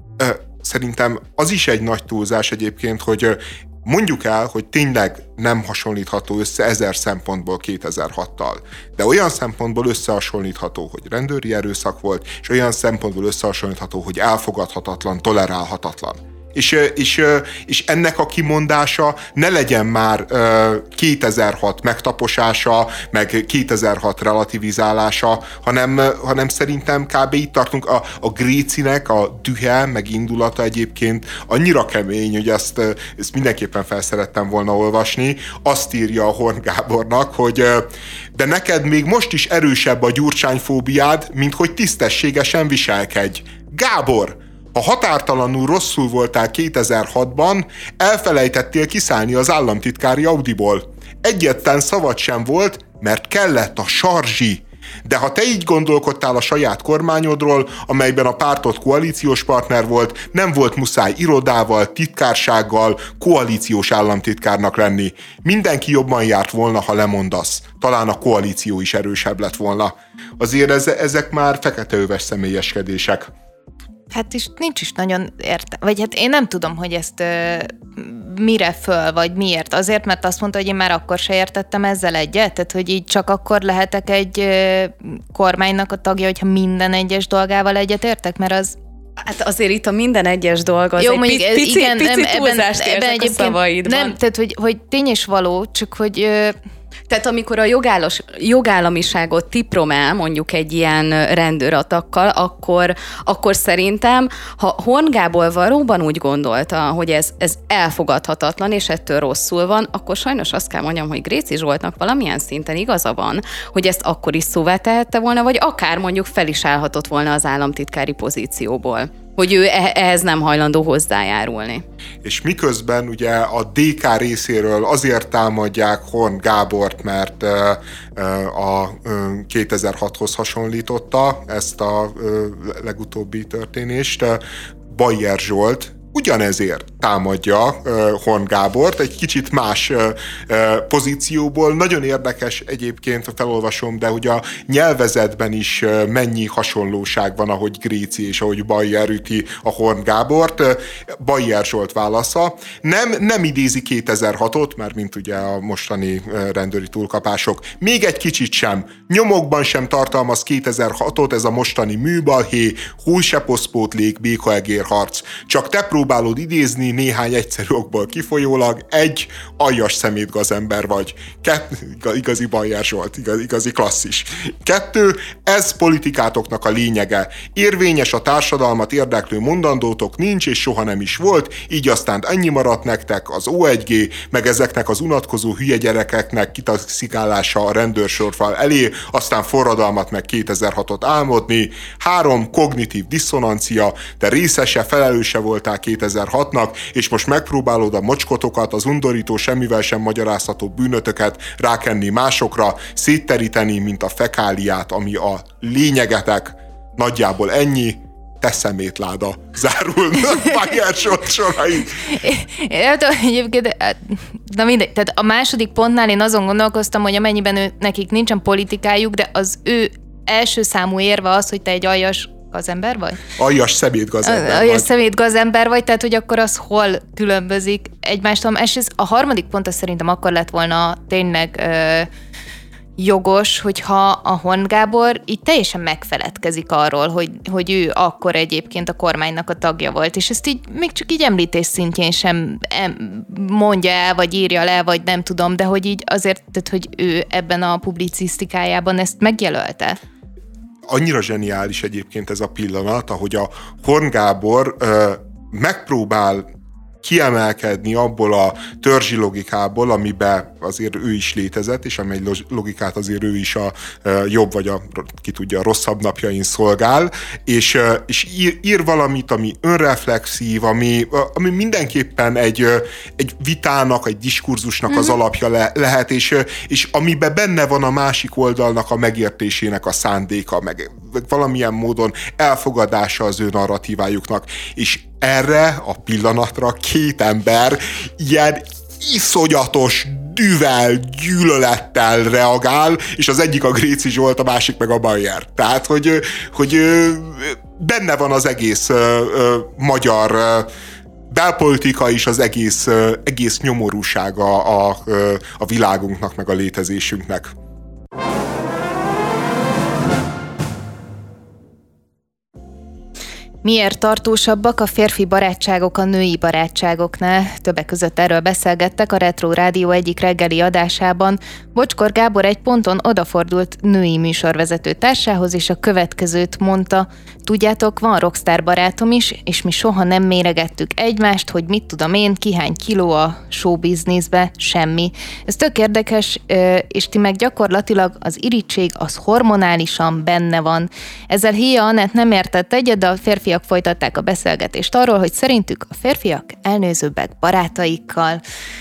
Speaker 2: szerintem az is egy nagy túlzás egyébként, hogy mondjuk el, hogy tényleg nem hasonlítható össze ezer szempontból kétezer-hattal. De olyan szempontból összehasonlítható, hogy rendőri erőszak volt, és olyan szempontból összehasonlítható, hogy elfogadhatatlan, tolerálhatatlan. És, és, és ennek a kimondása ne legyen már kétezer-hat megtaposása, meg kétezer-hat relativizálása, hanem, hanem szerintem kb. Itt tartunk. A, a Grécinek a dühe, meg indulata egyébként annyira kemény, hogy ezt, ezt mindenképpen felszerettem volna olvasni. Azt írja a Horn Gábornak, hogy de neked még most is erősebb a gyurcsányfóbiád, mint hogy tisztességesen viselkedj. Gábor! Ha határtalanul rosszul voltál kétezer-hatban, elfelejtettél kiszállni az államtitkári Audiból. Egyetlen szavad sem volt, mert kellett a sarzsi. De ha te így gondolkodtál a saját kormányodról, amelyben a pártod koalíciós partner volt, nem volt muszáj irodával, titkársággal, koalíciós államtitkárnak lenni. Mindenki jobban járt volna, ha lemondasz. Talán a koalíció is erősebb lett volna. Azért ez, ezek már feketeöves személyeskedések.
Speaker 1: Hát is nincs is nagyon érte. Vagy hát én nem tudom, hogy ezt ö, mire föl, vagy miért. Azért, mert azt mondta, hogy én már akkor se értettem ezzel egyet, tehát hogy így csak akkor lehetek egy ö, kormánynak a tagja, hogyha minden egyes dolgával egyet értek, mert az...
Speaker 3: Hát azért itt a minden egyes dolga az
Speaker 1: jó,
Speaker 3: egy
Speaker 1: mondjuk,
Speaker 3: pici,
Speaker 1: igen,
Speaker 3: pici
Speaker 1: nem,
Speaker 3: túlzást
Speaker 1: ebben, ebben
Speaker 3: a szavaidban.
Speaker 1: Nem, tehát hogy, hogy tény és való, csak hogy... Ö,
Speaker 3: Tehát amikor a jogállos, jogállamiságot tipromál mondjuk egy ilyen rendőratakkal, akkor, akkor szerintem, ha Horn Gábor valóban úgy gondolta, hogy ez, ez elfogadhatatlan, és ettől rosszul van, akkor sajnos azt kell mondjam, hogy Gréczi Zsoltnak valamilyen szinten igaza van, hogy ezt akkor is szóvá tehette volna, vagy akár mondjuk fel is állhatott volna az államtitkári pozícióból, hogy ő ehhez nem hajlandó hozzájárulni.
Speaker 2: És miközben ugye a dé ká részéről azért támadják Horn Gábort, mert a kétezer-hathoz hasonlította ezt a legutóbbi történést, Bayer Zsolt ugyanezért támadja uh, Horn Gábort, egy kicsit más uh, uh, pozícióból. Nagyon érdekes egyébként, felolvasom, de hogy a nyelvezetben is uh, mennyi hasonlóság van, ahogy Gréczi és ahogy Bayer üti a Horn Gábort. Uh, Bayer Zsolt válasza. Nem, nem idézi kétezer-hatot, már mint ugye a mostani uh, rendőri túlkapások. Még egy kicsit sem. Nyomokban sem tartalmaz kétezer-hatot ez a mostani műbalhé, hújseposzpótlék, békaegérharc. Csak te próbálod idézni néhány egyszerű okból kifolyólag, egy, aljas szemétgazember vagy. Kettő, igazi Bayer Zsolt, igaz, igazi klasszis. Kettő, ez politikátoknak a lényege. Érvényes a társadalmat érdeklő mondandótok nincs, és soha nem is volt, így aztán ennyi maradt nektek az o egy gé, meg ezeknek az unatkozó hülye gyerekeknek kitaszszikálása a rendőrsorfal elé, aztán forradalmat meg kétezer-hatot álmodni. Három, kognitív diszonancia, te részese, felelőse voltál kétezer-hatnak, és most megpróbálod a mocskotokat, az undorító, semmivel sem magyarázható bűnötöket rákenni másokra, szétteríteni, mint a fekáliát, ami a lényegetek. Nagyjából ennyi, te szemétláda. Zárulnak Bayer Zsolt sorai.
Speaker 1: Én tudom, egyébként, na mindegy, tehát a második pontnál én azon gondolkoztam, hogy amennyiben ő, nekik nincsen politikájuk, de az ő első számú érve az, hogy te egy aljas gazember vagy?
Speaker 2: Aljas szemétgazember vagy.
Speaker 1: Aljas szemétgazember vagy, tehát hogy akkor az hol különbözik egymástól. És ez a harmadik pont az szerintem akkor lett volna tényleg ö, jogos, hogyha a Horn Gábor így teljesen megfeledkezik arról, hogy, hogy ő akkor egyébként a kormánynak a tagja volt, és ezt így még csak így említés szintjén sem mondja el, vagy írja le, vagy nem tudom, de hogy így azért, tehát, hogy ő ebben a publicisztikájában ezt megjelölte.
Speaker 2: Annyira zseniális egyébként ez a pillanat, ahogy a Horn Gábor ö, megpróbál kiemelkedni abból a törzsi logikából, amiben azért ő is létezett, és amely logikát azért ő is a jobb, vagy a, ki tudja, a rosszabb napjain szolgál, és, és ír, ír valamit, ami önreflexív, ami, ami mindenképpen egy, egy vitának, egy diskurzusnak mm-hmm. az alapja le, lehet, és, és amiben benne van a másik oldalnak a megértésének a szándéka, meg valamilyen módon elfogadása az ő narratívájuknak, és erre a pillanatra két ember ilyen iszonyatos düvel, gyűlölettel reagál, és az egyik a Gréczi Zsolt, a másik meg a Bayer. Tehát, hogy, hogy benne van az egész uh, uh, magyar uh, belpolitika is, az egész, uh, egész nyomorúsága a, a, a világunknak, meg a létezésünknek.
Speaker 1: Miért tartósabbak a férfi barátságok a női barátságoknál? Többek között erről beszélgettek a Retro Rádió egyik reggeli adásában. Bocskor Gábor egy ponton odafordult női műsorvezető társához, és a következőt mondta: tudjátok, van rockstar barátom is, és mi soha nem méregettük egymást, hogy mit tudom én, ki hány kiló a showbizniszbe, semmi. Ez tök érdekes, és ti meg gyakorlatilag az irigység az hormonálisan benne van. Ezzel Héja Anett nem értett egyet, de a férfiak folytatták a beszélgetést arról, hogy szerintük a férfiak elnőzőbbek barátaikkal.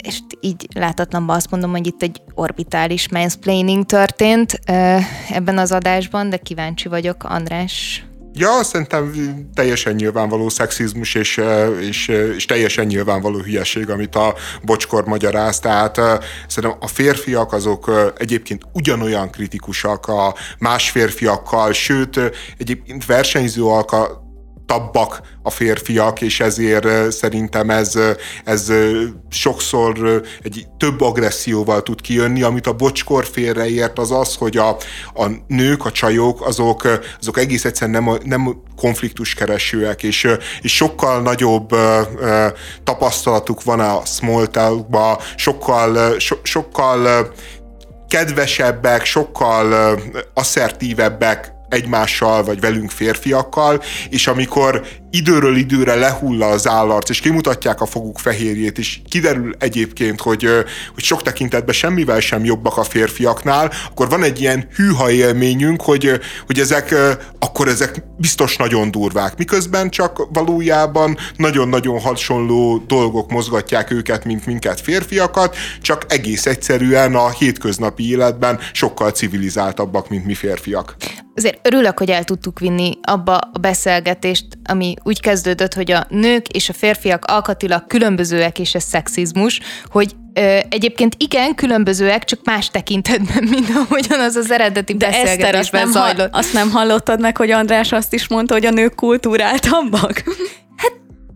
Speaker 1: és így látatlanban azt mondom, hogy itt egy orbitális mansplaining történt ebben az adásban, de kíváncsi vagyok, András.
Speaker 2: Ja, szerintem teljesen nyilvánvaló szexizmus és, és, és teljesen nyilvánvaló hülyeség, amit a Bocskor magyaráz. Tehát szerintem a férfiak azok egyébként ugyanolyan kritikusak a más férfiakkal, sőt, egyébként versenyző alka tabbak a férfiak, és ezért szerintem ez, ez sokszor egy több agresszióval tud kijönni. Amit a Bocskor félreért, az az, hogy a, a nők, a csajok, azok, azok egész egyszerűen nem, nem konfliktuskeresőek, és, és sokkal nagyobb tapasztalatuk van a small talkban, sokkal, so, sokkal kedvesebbek, sokkal asszertívebbek egymással, vagy velünk férfiakkal, és amikor időről időre lehull az állarc, és kimutatják a foguk fehérjét, és kiderül egyébként, hogy, hogy sok tekintetben semmivel sem jobbak a férfiaknál, akkor van egy ilyen hűha élményünk, hogy, hogy ezek, akkor ezek biztos nagyon durvák. Miközben csak valójában nagyon-nagyon hasonló dolgok mozgatják őket, mint minket férfiakat, csak egész egyszerűen a hétköznapi életben sokkal civilizáltabbak, mint mi férfiak.
Speaker 1: Azért örülök, hogy el tudtuk vinni abba a beszélgetést, ami úgy kezdődött, hogy a nők és a férfiak alkatilag különbözőek, és ez szexizmus, hogy ö, egyébként igen, különbözőek, csak más tekintetben, mint ahogyan az az eredeti
Speaker 3: de
Speaker 1: beszélgetésben
Speaker 3: Eszter,
Speaker 1: zajlott.
Speaker 3: Ha, azt nem hallottad meg, hogy András azt is mondta, hogy a nők kultúráltabbak?
Speaker 1: Hát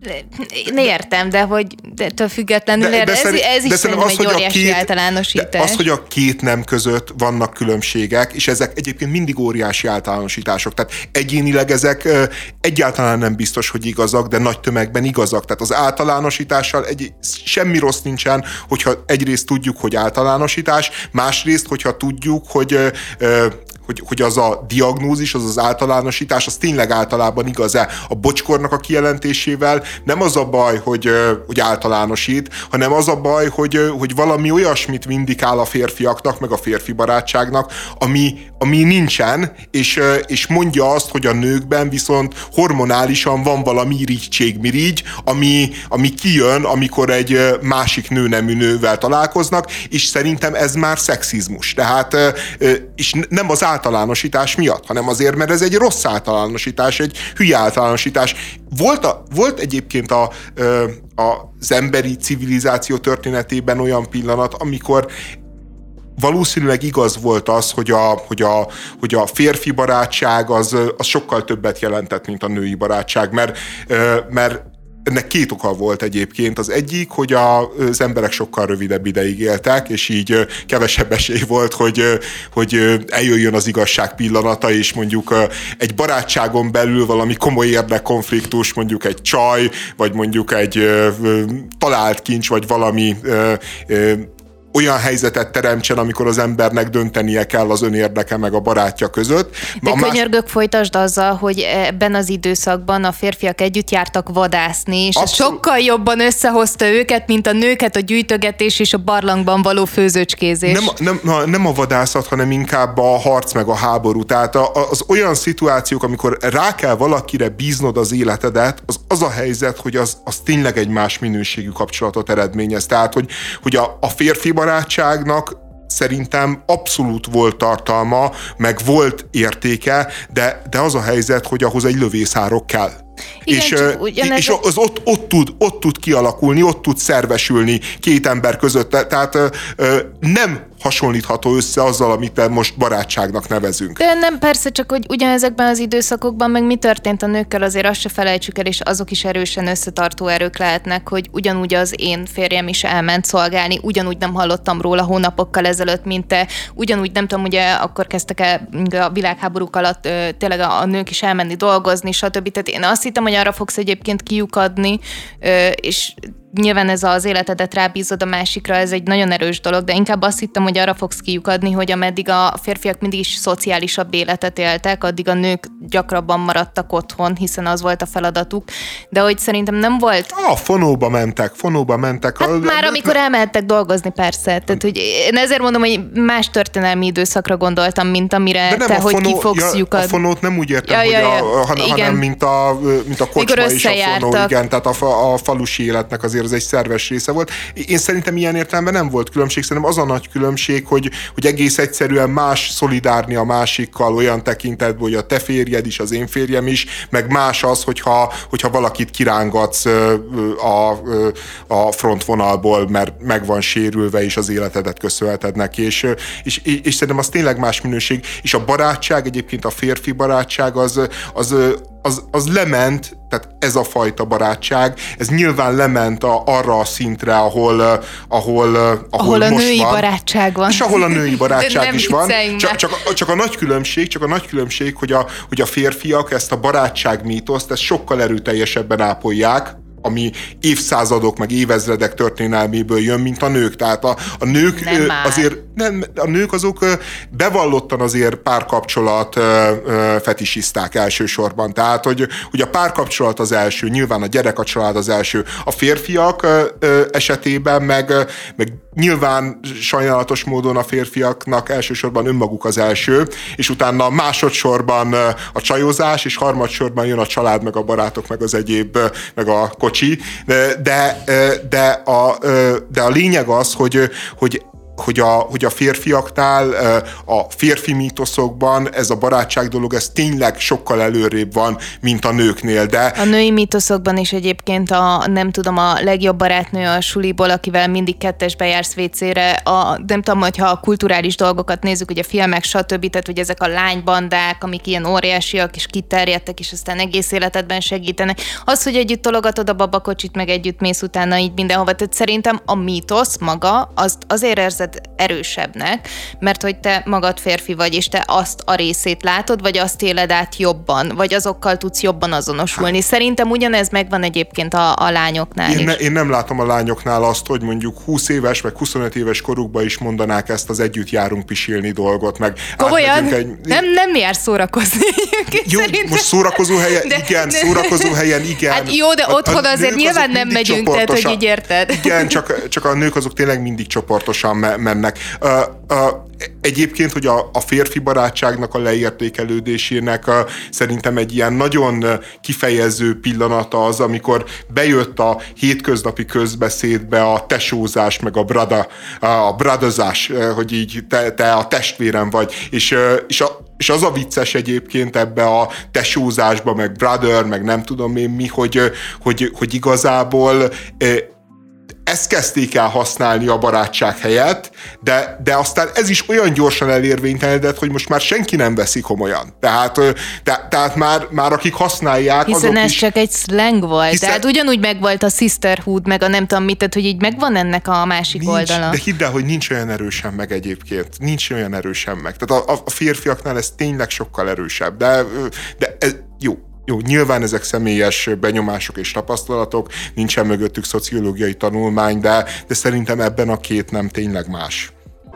Speaker 1: én értem, de hogy de ettől függetlenül de, de ez, szerint, ez is szerintem egy óriási két, általánosítás.
Speaker 2: Az, hogy a két nem között vannak különbségek, és ezek egyébként mindig óriási általánosítások. Tehát egyénileg ezek egyáltalán nem biztos, hogy igazak, de nagy tömegben igazak. Tehát az általánosítással egy, semmi rossz nincsen, hogyha egyrészt tudjuk, hogy általánosítás, másrészt, hogyha tudjuk, hogy Hogy, hogy az a diagnózis, az az általánosítás, az tényleg általában igaz-e. A Bocskornak a kijelentésével nem az a baj, hogy, hogy általánosít, hanem az a baj, hogy, hogy valami olyasmit vindikál a férfiaknak, meg a férfi barátságnak, ami, ami nincsen, és, és mondja azt, hogy a nőkben viszont hormonálisan van valami irigység-mirigy, ami, ami kijön, amikor egy másik nőnemű nővel találkoznak, és szerintem ez már szexizmus. Tehát, és nem az általánosítás miatt, hanem azért, mert ez egy rossz általánosítás, egy hülye általánosítás. Volt, a, volt egyébként a, a, az emberi civilizáció történetében olyan pillanat, amikor valószínűleg igaz volt az, hogy a, hogy a, hogy a férfi barátság az, az sokkal többet jelentett, mint a női barátság, mert, mert ennek két oka volt egyébként. Az egyik, hogy az emberek sokkal rövidebb ideig éltek, és így kevesebb esély volt, hogy, hogy eljöjjön az igazság pillanata, és mondjuk egy barátságon belül valami komoly érdekkonfliktus, mondjuk egy csaj, vagy mondjuk egy talált kincs, vagy valami olyan helyzetet teremtsen, amikor az embernek döntenie kell az önérdeke meg a barátja között.
Speaker 1: De a könyörgök, más... folytasd azzal, hogy ebben az időszakban a férfiak együtt jártak vadászni, és ez sokkal jobban összehozta őket, mint a nőket a gyűjtögetés és a barlangban való főzőcskézés.
Speaker 2: Nem, nem, nem a vadászat, hanem inkább a harc meg a háború. Tehát az olyan szituációk, amikor rá kell valakire bíznod az életedet, az az a helyzet, hogy az, az tényleg egy más minőségű kapcsolatot eredményez. Tehát, hogy, hogy a, a férfi barátságnak szerintem abszolút volt tartalma, meg volt értéke, de, de az a helyzet, hogy ahhoz egy lövészárok kell.
Speaker 1: Igen,
Speaker 2: és
Speaker 1: ugyanez...
Speaker 2: és az ott, ott, tud, ott tud kialakulni, ott tud szervesülni két ember között. Tehát nem hasonlítható össze azzal, amit most barátságnak nevezünk.
Speaker 1: De nem, persze, csak hogy ugyanezekben az időszakokban meg mi történt a nőkkel, azért azt se felejtsük el, és azok is erősen összetartó erők lehetnek, hogy ugyanúgy az én férjem is elment szolgálni, ugyanúgy nem hallottam róla hónapokkal ezelőtt, mint te, ugyanúgy nem tudom, ugye akkor kezdtek el a világháborúk alatt tényleg a nők is elmenni dolgozni, stb. Tehát én azt hittem, hogy arra fogsz egyébként kiukadni, és nyilván ez az életedet rábízod a másikra, ez egy nagyon erős dolog, de inkább azt hittem, hogy arra fogsz kiukadni, hogy ameddig a férfiak mindig is szociálisabb életet éltek, addig a nők gyakrabban maradtak otthon, hiszen az volt a feladatuk, de hogy szerintem nem volt...
Speaker 2: A fonóba mentek, fonóba mentek.
Speaker 1: Hát
Speaker 2: a...
Speaker 1: már amikor elmehettek dolgozni, persze. Tehát, hogy én ezért mondom, hogy más történelmi időszakra gondoltam, mint amire te, fonó, hogy ki fogsz
Speaker 2: ja,
Speaker 1: lyukadni.
Speaker 2: A fonót nem úgy értem, ja,
Speaker 1: ja, ja,
Speaker 2: hogy a, hanem, hanem mint, a, mint a kocsma és a fonó, igen, tehát a, a falusi életnek azért azért az egy szerves része volt. Én szerintem ilyen értelemben nem volt különbség, szerintem az a nagy különbség, hogy, hogy egész egyszerűen más szolidárni a másikkal olyan tekintetben, hogy a te férjed is, az én férjem is, meg más az, hogyha, hogyha valakit kirángatsz a, a frontvonalból, mert meg van sérülve, és az életedet köszönheted neki, és, és, és szerintem az tényleg más minőség, és a barátság, egyébként a férfi barátság az, az, az, az lement, tehát ez a fajta barátság, ez nyilván lement a, arra a szintre, ahol ahol, ahol,
Speaker 1: ahol a
Speaker 2: most
Speaker 1: női
Speaker 2: van,
Speaker 1: barátság van.
Speaker 2: És ahol a női barátság is van.
Speaker 1: Csak,
Speaker 2: csak, a, csak a nagy különbség, csak a nagy különbség, hogy a, hogy a férfiak ezt a barátság mítoszt, ezt sokkal erőteljesebben ápolják, ami évszázadok, meg évezredek történelméből jön, mint a nők. Tehát a, a nők
Speaker 1: nem
Speaker 2: azért, nem, a nők azok bevallottan azért párkapcsolat fetisiszták elsősorban. Tehát, hogy, hogy a párkapcsolat az első, nyilván a gyerek, a család az első. A férfiak esetében meg, meg nyilván sajnálatos módon a férfiaknak elsősorban önmaguk az első, és utána másodszorban a csajozás, és harmadsorban jön a család, meg a barátok, meg az egyéb, meg a kocsi, de, de, de, a, de a lényeg az, hogy, hogy Hogy a, hogy a férfiaknál, a férfi mítoszokban ez a barátság dolog, ez tényleg sokkal előrébb van, mint a nőknél, de...
Speaker 1: A női mítoszokban is egyébként a, nem tudom, a legjobb barátnő a suliból, akivel mindig kettesbe jársz vécére, a, nem tudom, hogyha a kulturális dolgokat nézzük, ugye filmek, stb., tehát hogy ezek a lánybandák, amik ilyen óriásiak és kiterjedtek, és aztán egész életedben segítenek. Az, hogy együtt tologatod a babakocsit, meg együtt mész utána így mindenhova, tehát szerintem a mítosz maga, azt azért érzed erősebbnek, mert hogy te magad férfi vagy, és te azt a részét látod, vagy azt éled át jobban, vagy azokkal tudsz jobban azonosulni. Hát. Szerintem ugyanez megvan egyébként a, a lányoknál
Speaker 2: én
Speaker 1: is.
Speaker 2: Ne, én nem látom a lányoknál azt, hogy mondjuk húsz éves, meg huszonöt éves korukban is mondanák ezt az együtt járunk pisilni dolgot, meg
Speaker 1: komolyan? Egy... Nem, nem jár szórakozni.
Speaker 2: Jó, szerintem. Most szórakozó helyen, de, igen, de... szórakozó helyen, igen.
Speaker 1: Hát jó, de otthon a, a azért nyilván nem megyünk, tehát hogy így érted.
Speaker 2: Igen, csak, csak a nők azok tényleg mindig csoportosan mennek. Uh, uh, egyébként, hogy a, a férfi barátságnak a leértékelődésének uh, szerintem egy ilyen nagyon kifejező pillanata az, amikor bejött a hétköznapi közbeszédbe a tesózás, meg a brada, a bradozás, uh, hogy így te, te a testvérem vagy, és, uh, és a És az a vicces egyébként ebbe a tesózásba, meg brother, meg nem tudom én mi, hogy, hogy, hogy igazából ezt kezdték el használni a barátság helyett, de, de aztán ez is olyan gyorsan elérvénytelenedett, hogy most már senki nem veszi komolyan. Tehát, te, tehát már, már akik használják,
Speaker 1: hiszen
Speaker 2: azok
Speaker 1: ez
Speaker 2: is...
Speaker 1: csak egy slang volt. Hiszen... Tehát ugyanúgy megvolt a sisterhood, meg a nem tudom mit, tehát hogy így megvan ennek a másik
Speaker 2: nincs,
Speaker 1: oldala.
Speaker 2: De hidd el, hogy nincs olyan erősen meg egyébként. Nincs olyan erősen meg. Tehát a, a férfiaknál ez tényleg sokkal erősebb. De, de ez, jó. Jó, nyilván ezek személyes benyomások és tapasztalatok, nincsen mögöttük szociológiai tanulmány, de, de szerintem ebben a két nem tényleg más.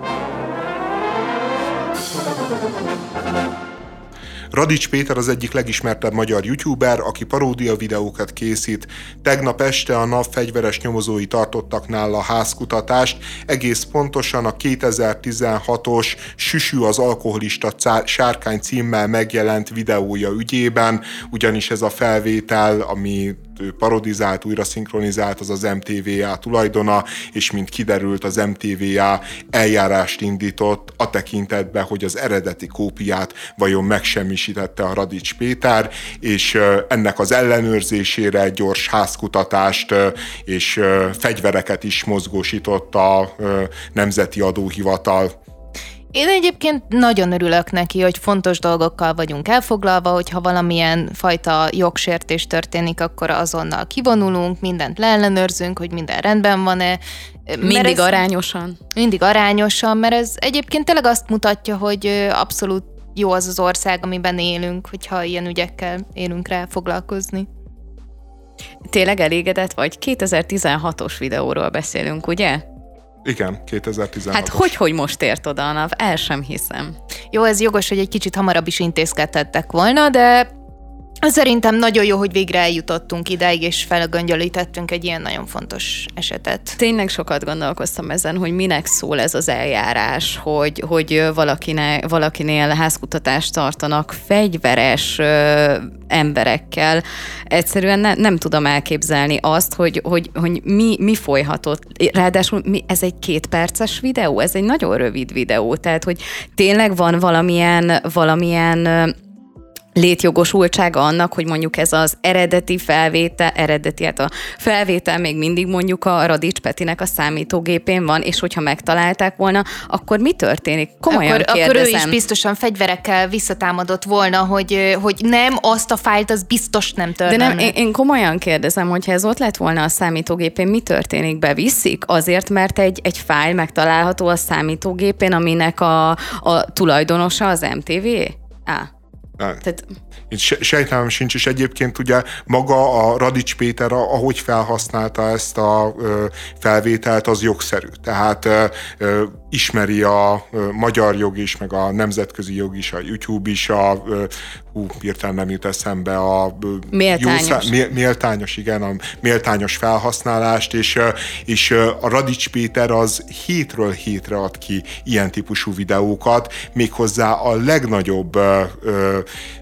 Speaker 2: Radics Péter az egyik legismertebb magyar youtuber, aki paródia videókat készít. Tegnap este a NAV fegyveres nyomozói tartottak nála házkutatást, egész pontosan a kétezer-tizenhatos Süsű az alkoholista sárkány címmel megjelent videója ügyében, ugyanis ez a felvétel, ami parodizált, újra szinkronizált, az az em té vé á tulajdona, és mint kiderült, az em té vé á eljárást indított a tekintetben, hogy az eredeti kópiát vajon megsemmisítette a Radics Péter, és ennek az ellenőrzésére gyors házkutatást és fegyvereket is mozgósított a Nemzeti Adóhivatal.
Speaker 1: Én egyébként nagyon örülök neki, hogy fontos dolgokkal vagyunk elfoglalva, hogyha valamilyen fajta jogsértés történik, akkor azonnal kivonulunk, mindent leellenőrzünk, hogy minden rendben van-e.
Speaker 3: Mindig ez, arányosan.
Speaker 1: Mindig arányosan, mert ez egyébként tényleg azt mutatja, hogy abszolút jó az az ország, amiben élünk, hogyha ilyen ügyekkel élünk rá foglalkozni.
Speaker 3: Tényleg elégedett vagy? kétezer-tizenhatos videóról beszélünk, ugye?
Speaker 2: Igen, kétezer-tizenhatos.
Speaker 3: Hát hogy, hogy most ért oda a NAV? El sem hiszem.
Speaker 1: Jó, ez jogos, hogy egy kicsit hamarabb is intézkedhettek volna, de Szerintem nagyon jó, hogy végre eljutottunk idáig, és felgöngyölítettünk egy ilyen nagyon fontos esetet.
Speaker 3: Tényleg sokat gondolkoztam ezen, hogy minek szól ez az eljárás, hogy, hogy valakinél, valakinél házkutatást tartanak fegyveres ö, emberekkel. Egyszerűen ne, nem tudom elképzelni azt, hogy, hogy, hogy mi, mi folyhatott. Ráadásul mi, ez egy kétperces videó, ez egy nagyon rövid videó, tehát hogy tényleg van valamilyen, valamilyen létjogosultsága annak, hogy mondjuk ez az eredeti felvétel, eredeti, hát a felvétel még mindig mondjuk a Radics Petinek a számítógépén van, és hogyha megtalálták volna, akkor mi történik? Komolyan
Speaker 1: akkor,
Speaker 3: kérdezem.
Speaker 1: Akkor ő is biztosan fegyverekkel visszatámadott volna, hogy, hogy nem, azt a fájlt, az biztos nem történik.
Speaker 3: De nem, én, én komolyan kérdezem, hogyha ez ott lett volna a számítógépén, mi történik? Beviszik? Azért, mert egy, egy fájl megtalálható a számítógépén, aminek a, a tulajdonosa az em té vé? Á.
Speaker 2: Tehát... Én sejtelmem sincs, és egyébként ugye maga a Radics Péter, ahogy felhasználta ezt a felvételt, az jogszerű. Tehát ö, ismeri a ö, magyar jog is, meg a nemzetközi jog is, a YouTube is, a ö, hú, hirtelen nem jut eszembe a ö,
Speaker 3: méltányos.
Speaker 2: Jó, mél, méltányos, igen, a méltányos felhasználást, és, és a Radics Péter az hétről hétre ad ki ilyen típusú videókat, méghozzá a legnagyobb ö, ö,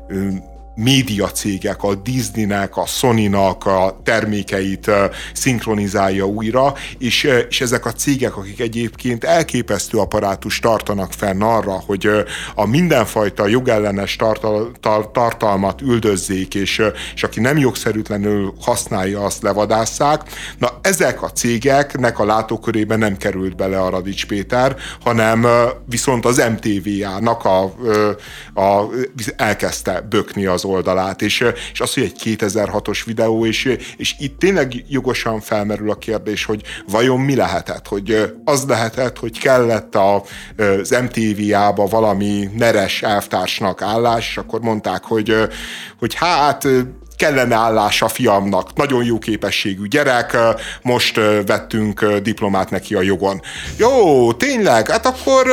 Speaker 2: médiacégek, a Disneynek, a Sonynak a termékeit szinkronizálja újra, és, és ezek a cégek, akik egyébként elképesztő apparátust tartanak fenn arra, hogy a mindenfajta jogellenes tartal, tar, tartalmat üldözzék, és, és aki nem jogszerűtlenül használja, azt levadásszák. Na, ezek a cégeknek a látókörében nem került bele a Radics Péter, hanem viszont az em té vé á-nak a, a, elkezdte bökni az oldalát, és, és az, hogy egy kétezer-hatos videó, és, és itt tényleg jogosan felmerül a kérdés, hogy vajon mi lehetett, hogy az lehetett, hogy kellett a, az em té vé á-ba valami neres elvtársnak állás, és akkor mondták, hogy, hogy hát kellene állás a fiamnak, nagyon jó képességű gyerek, most vettünk diplomát neki a jogon. Jó, tényleg, hát akkor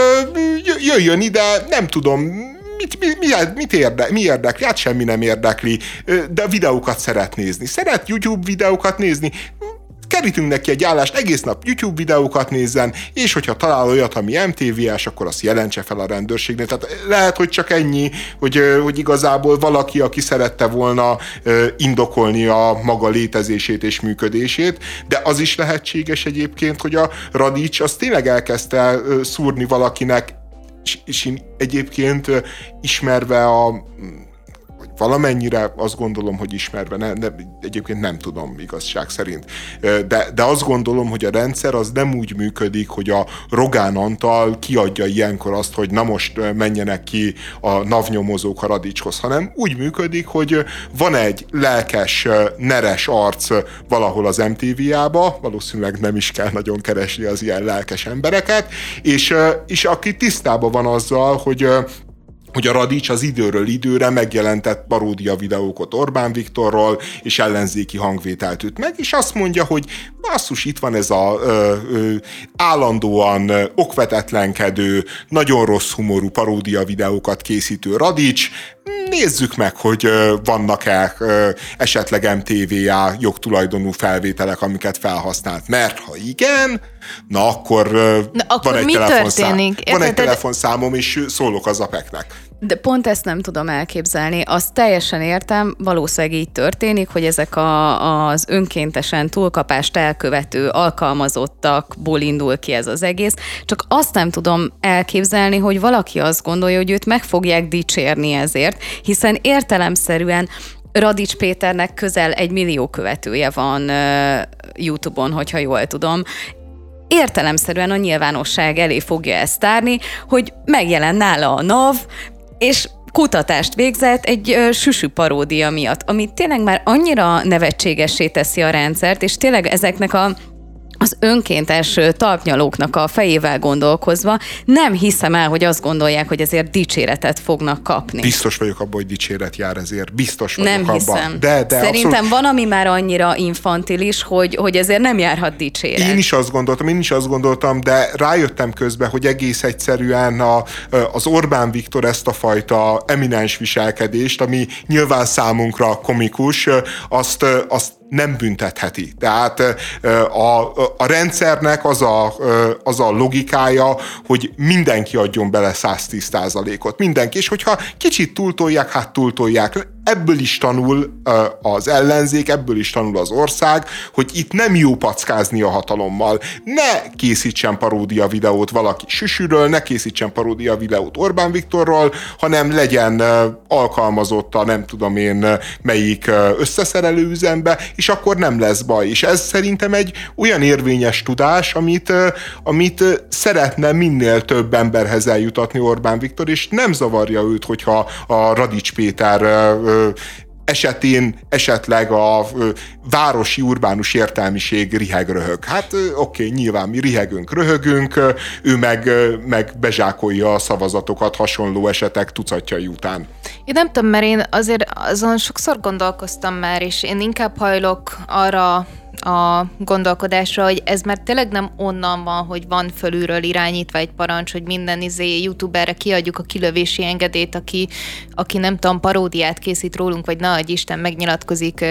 Speaker 2: jöjjön ide, nem tudom, Mit, mi, mit érde, mi érdekli? Hát semmi nem érdekli, de a videókat szeret nézni. Szeret YouTube videókat nézni? Kerítünk neki egy állást, egész nap YouTube videókat nézzen, és hogyha talál olyat, ami em té vé ás, akkor azt jelentse fel a rendőrségnek. Tehát lehet, hogy csak ennyi, hogy, hogy igazából valaki, aki szerette volna indokolni a maga létezését és működését, de az is lehetséges egyébként, hogy a Radics az tényleg elkezdte szúrni valakinek, És, és én egyébként ismerve a, vagy valamennyire azt gondolom, hogy ismerve, ne, ne, egyébként nem tudom igazság szerint, de, de azt gondolom, hogy a rendszer az nem úgy működik, hogy a Rogán Antal kiadja ilyenkor azt, hogy na most menjenek ki a navnyomozók a Radicshoz, hanem úgy működik, hogy van egy lelkes, neres arc valahol az em té vé á-ba, valószínűleg nem is kell nagyon keresni az ilyen lelkes embereket, és, és aki tisztában van azzal, hogy hogy a Radics az időről időre megjelentett paródia videókat Orbán Viktorról, és ellenzéki hangvételt üt meg, és azt mondja, hogy basszus, itt van ez a ö, ö, állandóan ö, okvetetlenkedő, nagyon rossz humorú paródia videókat készítő Radics, nézzük meg, hogy ö, vannak-e ö, esetleg em té vé á jogtulajdonú felvételek, amiket felhasznált, mert ha igen, na akkor, ö,
Speaker 1: na, akkor
Speaker 2: van egy
Speaker 1: mi
Speaker 2: telefonszám,
Speaker 1: történik?
Speaker 2: van egy
Speaker 1: Érted?
Speaker 2: telefonszámom, és szólok az apeknek.
Speaker 3: De pont ezt nem tudom elképzelni. Azt teljesen értem, valószínűleg így történik, hogy ezek a, az önkéntesen túlkapást elkövető alkalmazottakból indul ki ez az egész, csak azt nem tudom elképzelni, hogy valaki azt gondolja, hogy őt meg fogják dicsérni ezért, hiszen értelemszerűen Radics Péternek közel egy millió követője van uh, YouTube-on, hogyha jól tudom. Értelemszerűen a nyilvánosság elé fogja ezt tárni, hogy megjelent nála a NAV, és kutatást végzett egy ö, süsű paródia miatt, ami tényleg már annyira nevetségessé teszi a rendszert, és tényleg ezeknek a az önkéntes talpnyalóknak a fejével gondolkozva, nem hiszem el, hogy azt gondolják, hogy ezért dicséretet fognak kapni.
Speaker 2: Biztos vagyok abban, hogy dicséret jár ezért. Biztos vagyok
Speaker 3: nem
Speaker 2: abban.
Speaker 3: Hiszem.
Speaker 2: De, de
Speaker 3: Szerintem
Speaker 2: abszolút...
Speaker 3: van, ami már annyira infantilis, hogy, hogy ezért nem járhat dicséret.
Speaker 2: Én is azt gondoltam, én is azt gondoltam, de rájöttem közben, hogy egész egyszerűen a, az Orbán Viktor ezt a fajta eminens viselkedést, ami nyilván számunkra komikus, azt, azt nem büntetheti. Tehát a, a rendszernek az a, az a logikája, hogy mindenki adjon bele száz tíz százalékot. Mindenki, és hogyha kicsit túltolják, hát túltolják. Ebből is tanul az ellenzék, ebből is tanul az ország, hogy itt nem jó packázni a hatalommal. Ne készítsen paródia videót valaki Süsűről, ne készítsen paródia videót Orbán Viktorról, hanem legyen alkalmazott a nem tudom én melyik összeszerelő üzembe, és akkor nem lesz baj. És ez szerintem egy olyan érvényes tudás, amit, amit szeretne minél több emberhez eljutatni Orbán Viktor, és nem zavarja őt, hogyha a Radics Péter esetén esetleg a városi urbánus értelmiség riheg-röhög. Hát oké, okay, nyilván mi rihegünk, röhögünk, ő meg, meg bezsákolja a szavazatokat hasonló esetek tucatjai után.
Speaker 1: Én nem tudom, mert én azért azon sokszor gondolkoztam már, és én inkább hajlok arra a gondolkodásra, hogy ez már tényleg nem onnan van, hogy van fölülről irányítva egy parancs, hogy minden izé youtuberre kiadjuk a kilövési engedélyt, aki, aki nem tudom, paródiát készít rólunk, vagy ne adj Isten, megnyilatkozik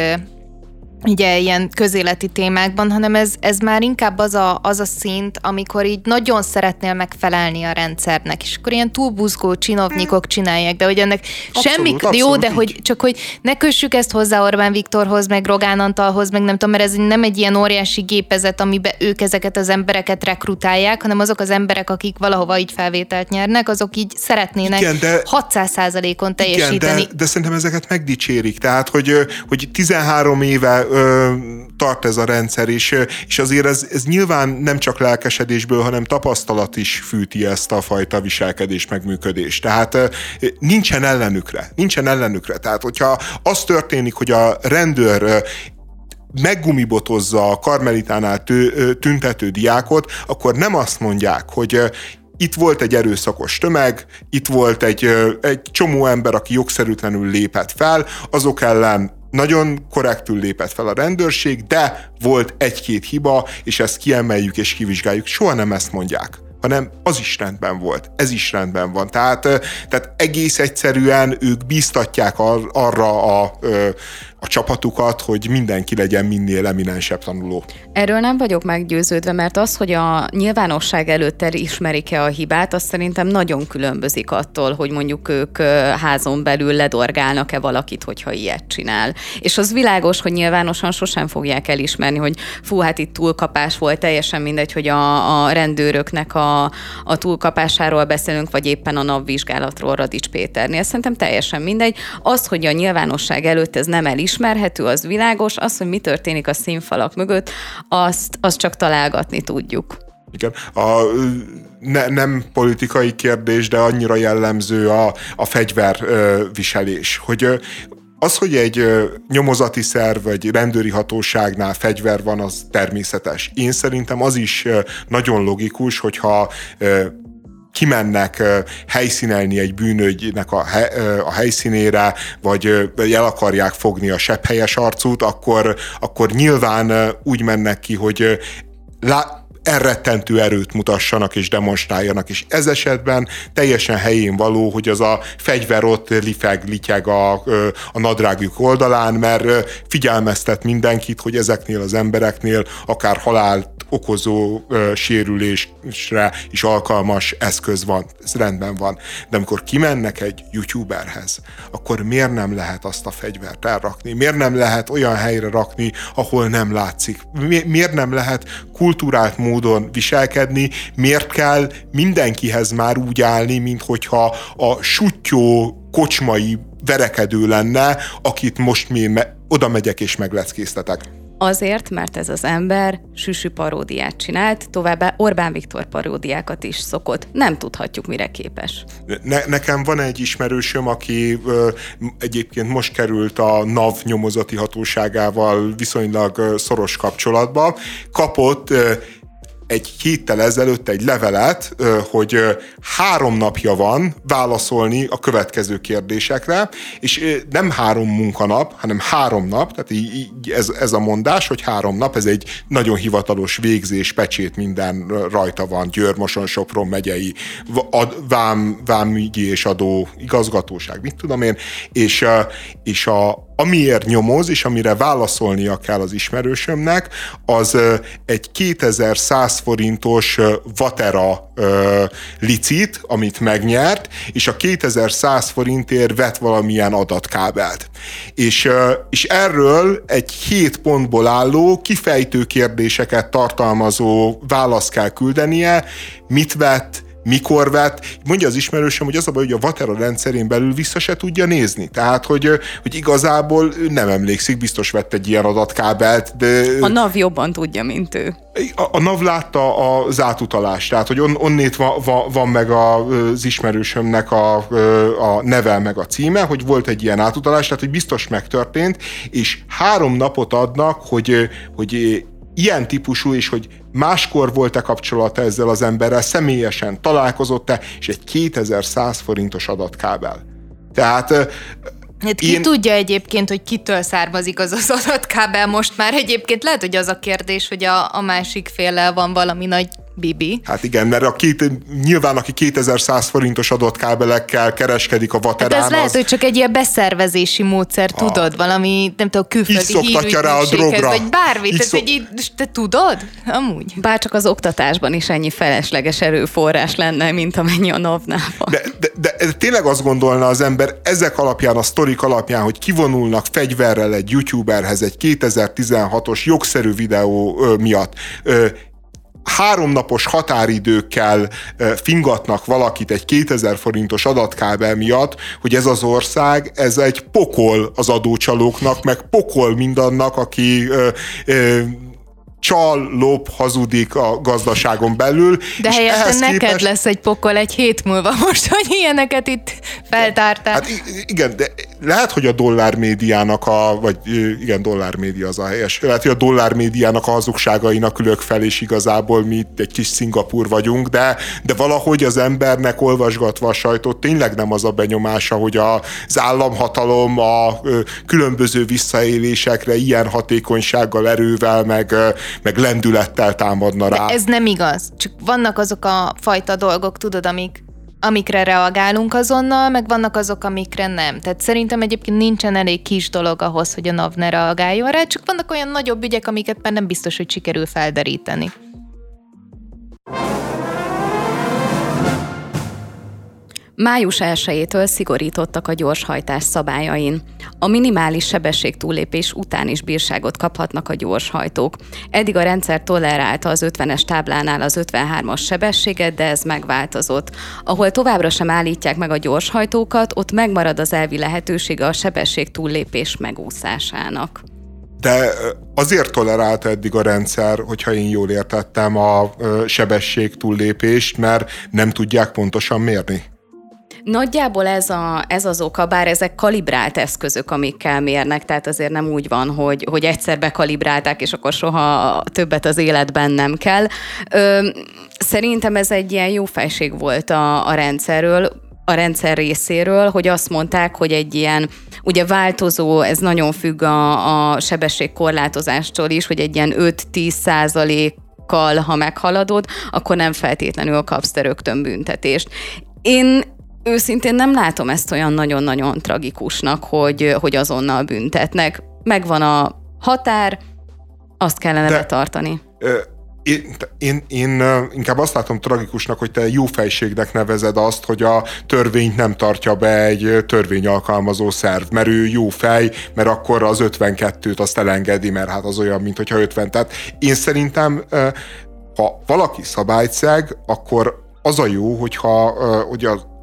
Speaker 1: ugye ilyen közéleti témákban, hanem ez, ez már inkább az a, az a szint, amikor így nagyon szeretnél megfelelni a rendszernek, és akkor ilyen túlbuzgó csinovnyikok csinálják, de hogy ennek
Speaker 2: abszolút,
Speaker 1: semmi,
Speaker 2: abszolút
Speaker 1: jó, de
Speaker 2: így.
Speaker 1: hogy csak hogy ne kössük ezt hozzá Orbán Viktorhoz, meg Rogán Antalhoz, meg nem tudom, mert ez nem egy ilyen óriási gépezet, amiben ők ezeket az embereket rekrutálják, hanem azok az emberek, akik valahova így felvételt nyernek, azok így szeretnének igen, de, hatszáz százalékon teljesíteni.
Speaker 2: Igen, de, de szerintem ezeket megdicsérik, tehát hogy, hogy tizenhárom éve ö, tart ez a rendszer, és, és azért ez, ez nyilván nem csak lelkesedésből, hanem tapasztalat is fűti ezt a fajta viselkedés, megműködést. Tehát ö, nincsen ellenükre, nincsen ellenükre. Tehát hogyha az történik, hogy a rendőr ö, meggumibotozza a Karmelitánál tő, tüntető diákot, akkor nem azt mondják, hogy ö, itt volt egy erőszakos tömeg, itt volt egy, ö, egy csomó ember, aki jogszerűtlenül lépett fel, azok ellen nagyon korrektül lépett fel a rendőrség, de volt egy-két hiba, és ezt kiemeljük és kivizsgáljuk. Soha nem ezt mondják, hanem az is rendben volt, ez is rendben van. Tehát, tehát egész egyszerűen ők bíztatják ar- arra a, a csapatukat, hogy mindenki legyen minél eminensebb tanuló.
Speaker 3: Erről nem vagyok meggyőződve, mert az, hogy a nyilvánosság előtt ismerik-e a hibát, az szerintem nagyon különbözik attól, hogy mondjuk ők házon belül ledorgálnak-e valakit, hogyha ilyet csinál. És az világos, hogy nyilvánosan sosem fogják elismerni, hogy fú, hát itt túlkapás volt, teljesen mindegy, hogy a, a rendőröknek a, a túlkapásáról beszélünk, vagy éppen a napvizsgálatról Radics Péternél. Szerintem teljesen mindegy. Az, hogy a nyilvánosság előtt ez nem elismerhető, az világos. Az, hogy mi történik a színfalak mögött, azt, azt csak találgatni tudjuk.
Speaker 2: Igen. A, ne, nem politikai kérdés, de annyira jellemző a, a fegyverviselés, hogy az, hogy egy nyomozati szerv vagy rendőri hatóságnál fegyver van, az természetes. Én szerintem az is nagyon logikus, hogyha kimennek helyszínelni egy bűnügynek a, he, a helyszínére, vagy el akarják fogni a sebhelyes arcút, akkor, akkor nyilván úgy mennek ki, hogy lá, elrettentő erőt mutassanak és demonstráljanak, és ez esetben teljesen helyén való, hogy az a fegyver ott lifeg, lityeg a, a nadrágjuk oldalán, mert figyelmeztet mindenkit, hogy ezeknél az embereknél akár halált okozó ö, sérülésre is alkalmas eszköz van. Ez rendben van. De amikor kimennek egy youtuberhez, akkor miért nem lehet azt a fegyvert elrakni? Miért nem lehet olyan helyre rakni, ahol nem látszik? Mi, miért nem lehet kulturált módon viselkedni? Miért kell mindenkihez már úgy állni, mint hogyha a suttyó kocsmai verekedő lenne, akit most mi me- oda megyek és megleckéztetek?
Speaker 3: Azért, mert ez az ember süsű paródiát csinált, továbbá Orbán Viktor paródiákat is szokott. Nem tudhatjuk, mire képes.
Speaker 2: Ne, nekem van egy ismerősöm, aki ö, egyébként most került a NAV nyomozati hatóságával viszonylag ö, szoros kapcsolatba. Kapott ö, egy héttel ezelőtt egy levelet, hogy három napja van válaszolni a következő kérdésekre, és nem három munkanap, hanem három nap, tehát így ez, ez a mondás, hogy három nap, ez egy nagyon hivatalos végzés, pecsét, minden rajta van, Győr, Moson, Sopron megyei vám, vámügyi és adó igazgatóság, mit tudom én, és, és a amiért nyomoz, és amire válaszolnia kell az ismerősömnek, az egy kétezer-száz forintos Vatera licit, amit megnyert, és a kétezer-száz forintért vett valamilyen adatkábelt. És, és erről egy hét pontból álló, kifejtő kérdéseket tartalmazó választ kell küldenie, mit vett, mikor vett. Mondja az ismerősöm, hogy az a baj, hogy a Vatera rendszerén belül vissza se tudja nézni. Tehát, hogy, hogy igazából nem emlékszik, biztos vett egy ilyen adatkábelt, de...
Speaker 3: A NAV jobban tudja, mint ő.
Speaker 2: A, a NAV látta az átutalást, tehát, hogy on, onnét van, van, van meg az ismerősömnek a, a neve, meg a címe, hogy volt egy ilyen átutalás, tehát, hogy biztos megtörtént, és három napot adnak, hogy, hogy ilyen típusú, és hogy máskor volt-e kapcsolata ezzel az emberrel, személyesen találkozott-e, és egy kétezer-száz forintos adatkábel. Tehát
Speaker 1: hát ki én... tudja egyébként, hogy kitől származik az az adatkábel most már. Egyébként lehet, hogy az a kérdés, hogy a, a másik féllel van valami nagy bibi.
Speaker 2: Hát igen, mert a két, nyilván aki kétezer-száz forintos adatkábelekkel kereskedik a Vaterán,
Speaker 1: hát ez lehet, hogy csak egy ilyen beszervezési módszer, a... tudod, valami, nem tudom, külföldi hírügynökséghez, vagy bármit, ez egy, te tudod? Amúgy.
Speaker 3: Bárcsak az oktatásban is ennyi felesleges erőforrás lenne, mint amennyi a NAV-nál van.
Speaker 2: De, de, de, de tényleg azt gondolna az ember ezek alapján, a sztorik alapján, hogy kivonulnak fegyverrel egy youtuberhez egy kétezer-tizenhatos jogszerű videó ö, miatt, ö, háromnapos határidőkkel fingatnak valakit egy kétezer forintos adatkábel miatt, hogy ez az ország, ez egy pokol az adócsalóknak, meg pokol mindannak, aki ö, ö, csal, lop, hazudik a gazdaságon belül.
Speaker 1: De helyette neked képest... lesz egy pokol egy hét múlva most, hogy ilyeneket itt feltártál.
Speaker 2: Hát igen, de lehet, hogy a dollármédiának a, vagy igen, dollármédia az a helyes, lehet, hogy a dollármédiának a hazugságainak ülök fel, és igazából mi itt egy kis Szingapúr vagyunk, de, de valahogy az embernek olvasgatva a sajtót tényleg nem az a benyomása, hogy az államhatalom a különböző visszaélésekre ilyen hatékonysággal, erővel, meg meg lendülettel támadna rá.
Speaker 1: De ez nem igaz. Csak vannak azok a fajta dolgok, tudod, amik, amikre reagálunk azonnal, meg vannak azok, amikre nem. Tehát szerintem egyébként nincsen elég kis dolog ahhoz, hogy a NAV ne reagáljon rá, csak vannak olyan nagyobb ügyek, amiket már nem biztos, hogy sikerül felderíteni.
Speaker 3: május elsejétől szigorítottak a gyorshajtás szabályain. A minimális sebességtúllépés után is bírságot kaphatnak a gyorshajtók. Eddig a rendszer tolerálta az ötvenes táblánál az ötvenhármas sebességet, de ez megváltozott. Ahol továbbra sem állítják meg a gyorshajtókat, ott megmarad az elvi lehetősége a sebességtúllépés megúszásának.
Speaker 2: De azért tolerálta eddig a rendszer, hogyha én jól értettem, a sebességtúllépést, mert nem tudják pontosan mérni.
Speaker 3: Nagyjából ez, a, ez az oka, bár ezek kalibrált eszközök, amikkel mérnek, tehát azért nem úgy van, hogy, hogy egyszer bekalibrálták, és akkor soha többet az életben nem kell. Ö, szerintem ez egy ilyen jó fejség volt a, a rendszerről, a rendszer részéről, hogy azt mondták, hogy egy ilyen, ugye változó, ez nagyon függ a, a sebességkorlátozástól is, hogy egy ilyen öt-tíz százalék ha meghaladod, akkor nem feltétlenül kapsz te rögtön büntetést. Én őszintén nem látom ezt olyan nagyon-nagyon tragikusnak, hogy, hogy azonnal büntetnek. Megvan a határ, azt kellene De, betartani.
Speaker 2: Ö, én, én, én inkább azt látom tragikusnak, hogy te jófejségnek nevezed azt, hogy a törvényt nem tartja be egy törvényalkalmazó szerv, mert ő jó fej, mert akkor az ötvenkettőt azt elengedi, mert hát az olyan, mint hogyha ötven. Tehát én szerintem, ha valaki szabályt szeg, akkor az a jó, hogyha hogy a az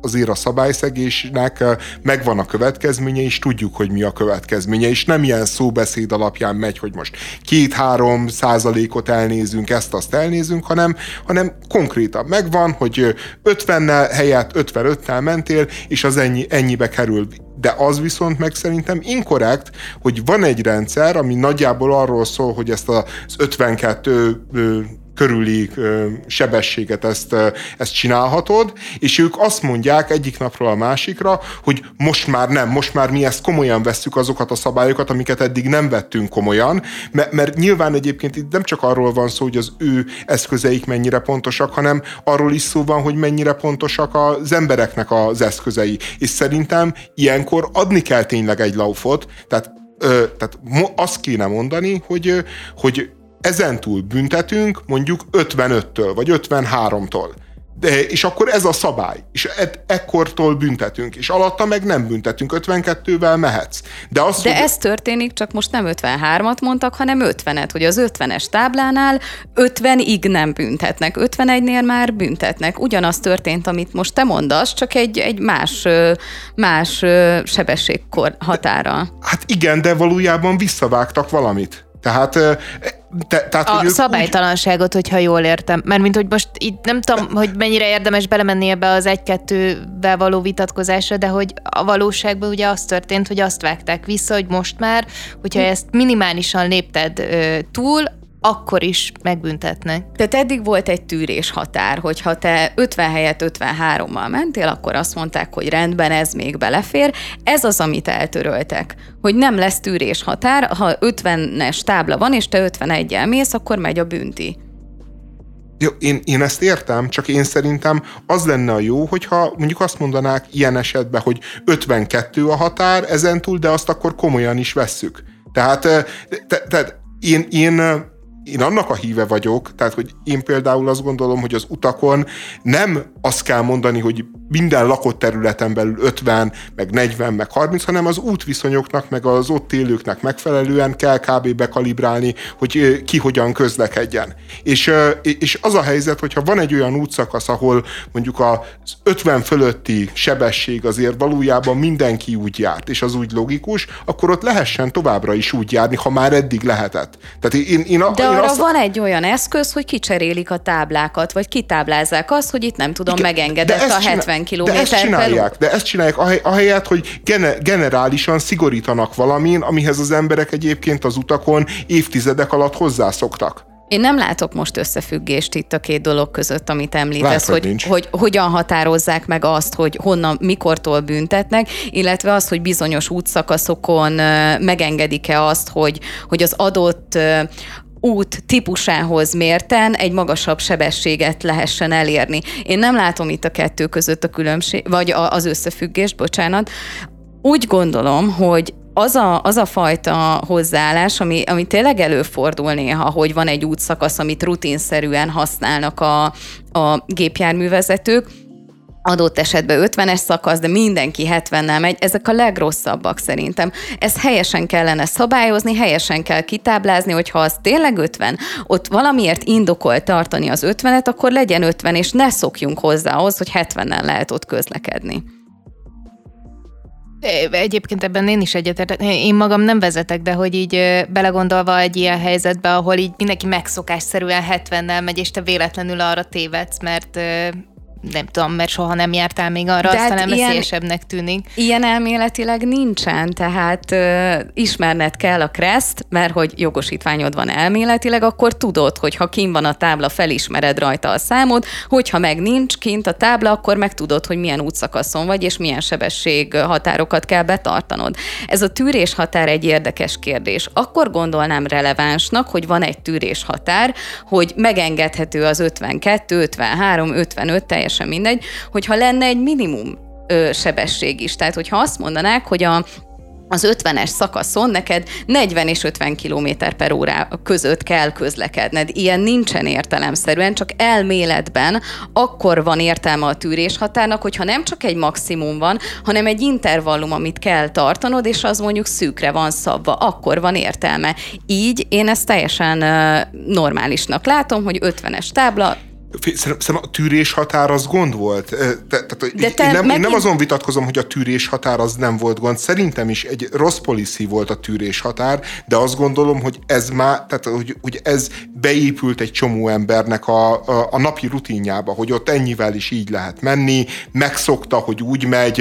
Speaker 2: azért a szabályszegésnek megvan a következménye, és tudjuk, hogy mi a következménye, és nem ilyen szóbeszéd alapján megy, hogy most két-három százalékot elnézünk, ezt-azt elnézünk, hanem, hanem konkrétan megvan, hogy ötvennel helyett ötvenöttel mentél, és az ennyi, ennyibe kerül. De az viszont meg szerintem inkorrekt, hogy van egy rendszer, ami nagyjából arról szól, hogy ezt az ötvenkettő körüli sebességet ezt, ezt csinálhatod, és ők azt mondják egyik napról a másikra, hogy most már nem, most már mi ezt komolyan vesszük, azokat a szabályokat, amiket eddig nem vettünk komolyan, mert, mert nyilván egyébként itt nem csak arról van szó, hogy az ő eszközeik mennyire pontosak, hanem arról is szó van, hogy mennyire pontosak az embereknek az eszközei. És szerintem ilyenkor adni kell tényleg egy laufot, tehát, ö, tehát azt kéne mondani, hogy, hogy ezentúl büntetünk mondjuk ötvenöttől, vagy ötvenháromtól. De, és akkor ez a szabály. És e- ekkortól büntetünk. És alatta meg nem büntetünk. ötvenkettővel mehetsz. De, az,
Speaker 3: De
Speaker 2: hogy...
Speaker 3: ez történik, csak most nem ötvenhármat mondtak, hanem ötvenet, hogy az ötvenes táblánál ötvenig nem büntetnek. ötvenegynél már büntetnek. Ugyanaz történt, amit most te mondasz, csak egy, egy más, más sebességkor határa.
Speaker 2: Hát igen, de valójában visszavágtak valamit. Tehát, te, tehát
Speaker 1: a
Speaker 2: hogy
Speaker 1: szabálytalanságot, úgy... hogyha jól értem. Mert mint hogy most itt nem tudom, hogy mennyire érdemes belemenni ebbe az egy-kettővel való vitatkozásra, de hogy a valóságban ugye az történt, hogy azt vágták vissza, hogy most már, hogyha ezt minimálisan lépted ö, túl, akkor is megbüntetnek.
Speaker 3: Tehát eddig volt egy tűrés határ, hogyha te ötven helyett ötvenhárommal mentél, akkor azt mondták, hogy rendben, ez még belefér. Ez az, amit eltöröltek, hogy nem lesz tűrés határ, ha ötvenes tábla van, és te ötveneggyel mész, akkor megy a bünti.
Speaker 2: Jó, én, én ezt értem, csak én szerintem az lenne a jó, hogyha mondjuk azt mondanák ilyen esetben, hogy ötvenkettő a határ ezentúl, de azt akkor komolyan is vesszük. Tehát, te, te, én, én Én annak a híve vagyok, tehát, hogy én például azt gondolom, hogy az utakon nem azt kell mondani, hogy minden lakott területen belül ötven, meg negyven, meg harminc, hanem az útviszonyoknak, meg az ott élőknek megfelelően kell kb. Bekalibrálni, hogy ki hogyan közlekedjen. És, és az a helyzet, hogyha van egy olyan útszakasz, ahol mondjuk az ötven fölötti sebesség azért valójában mindenki úgy járt, és az úgy logikus, akkor ott lehessen továbbra is úgy járni, ha már eddig lehetett. Tehát én, én,
Speaker 3: De
Speaker 2: én
Speaker 3: arra
Speaker 2: azt...
Speaker 3: van egy olyan eszköz, hogy kicserélik a táblákat, vagy kitáblázzák azt, hogy itt nem tudom, igen, megengedett a hetven kilométer per óra.
Speaker 2: De ezt csinálják, ahelyett, hogy gene, generálisan szigorítanak valamin, amihez az emberek egyébként az utakon évtizedek alatt hozzászoktak.
Speaker 3: Én nem látok most összefüggést itt a két dolog között, amit említesz,
Speaker 2: Lát, hogy,
Speaker 3: hogy, hogy hogyan határozzák meg azt, hogy honnan, mikortól büntetnek, illetve az, hogy bizonyos útszakaszokon megengedik-e azt, hogy, hogy az adott út típusához mérten egy magasabb sebességet lehessen elérni. Én nem látom itt a kettő között a különbség, vagy az összefüggést, bocsánat. Úgy gondolom, hogy az a, az a fajta hozzáállás, ami, ami tényleg előfordul néha, hogy van egy útszakasz, amit rutinszerűen használnak a, a gépjárművezetők, adott esetben ötvenes szakasz, de mindenki hetvennel megy, ezek a legrosszabbak szerintem. Ezt helyesen kellene szabályozni, helyesen kell kitáblázni, hogyha az tényleg ötven, ott valamiért indokol tartani az ötvenet, akkor legyen ötven, és ne szokjunk hozzá ahhoz, hogy hetvennel lehet ott közlekedni.
Speaker 1: Egyébként ebben én is egyetértek. Én magam nem vezetek, de hogy így belegondolva egy ilyen helyzetbe, ahol így mindenki megszokásszerűen hetvennel megy, és te véletlenül arra tévedsz, mert nem tudom, mert soha nem jártál még arra, de aztán hát veszélyesebbnek tűnik.
Speaker 3: Ilyen elméletileg nincsen, tehát ö, ismerned kell a kreszt, mert hogy jogosítványod van elméletileg, akkor tudod, hogy ha kint van a tábla, felismered rajta a számot, hogyha meg nincs kint a tábla, akkor meg tudod, hogy milyen útszakaszon vagy, és milyen sebesség határokat kell betartanod. Ez a tűrés határ egy érdekes kérdés. Akkor gondolnám relevánsnak, hogy van egy tűrés határ, hogy megengedhető az ötvenkettő, ötvenhárom, ötvenöt, teljesen mindegy, hogyha lenne egy minimum ö, sebesség is. Tehát, hogyha azt mondanák, hogy a az ötvenes szakaszon neked negyven és ötven kilométer per óra között kell közlekedned. Ilyen nincsen értelemszerűen, csak elméletben akkor van értelme a tűrés határnak, hogyha nem csak egy maximum van, hanem egy intervallum, amit kell tartanod, és az mondjuk szűkre van szabva, akkor van értelme. Így én ezt teljesen uh, normálisnak látom, hogy ötvenes tábla,
Speaker 2: Szerintem a tűrés határ az gond volt. Tehát, én, nem, megint... én nem azon vitatkozom, hogy a tűrés határ az nem volt gond. Szerintem is egy rossz policy volt a tűrés határ, de azt gondolom, hogy ez már, tehát hogy, hogy ez beépült egy csomó embernek a, a, a napi rutinjába, hogy ott ennyivel is így lehet menni, megszokta, hogy úgy megy,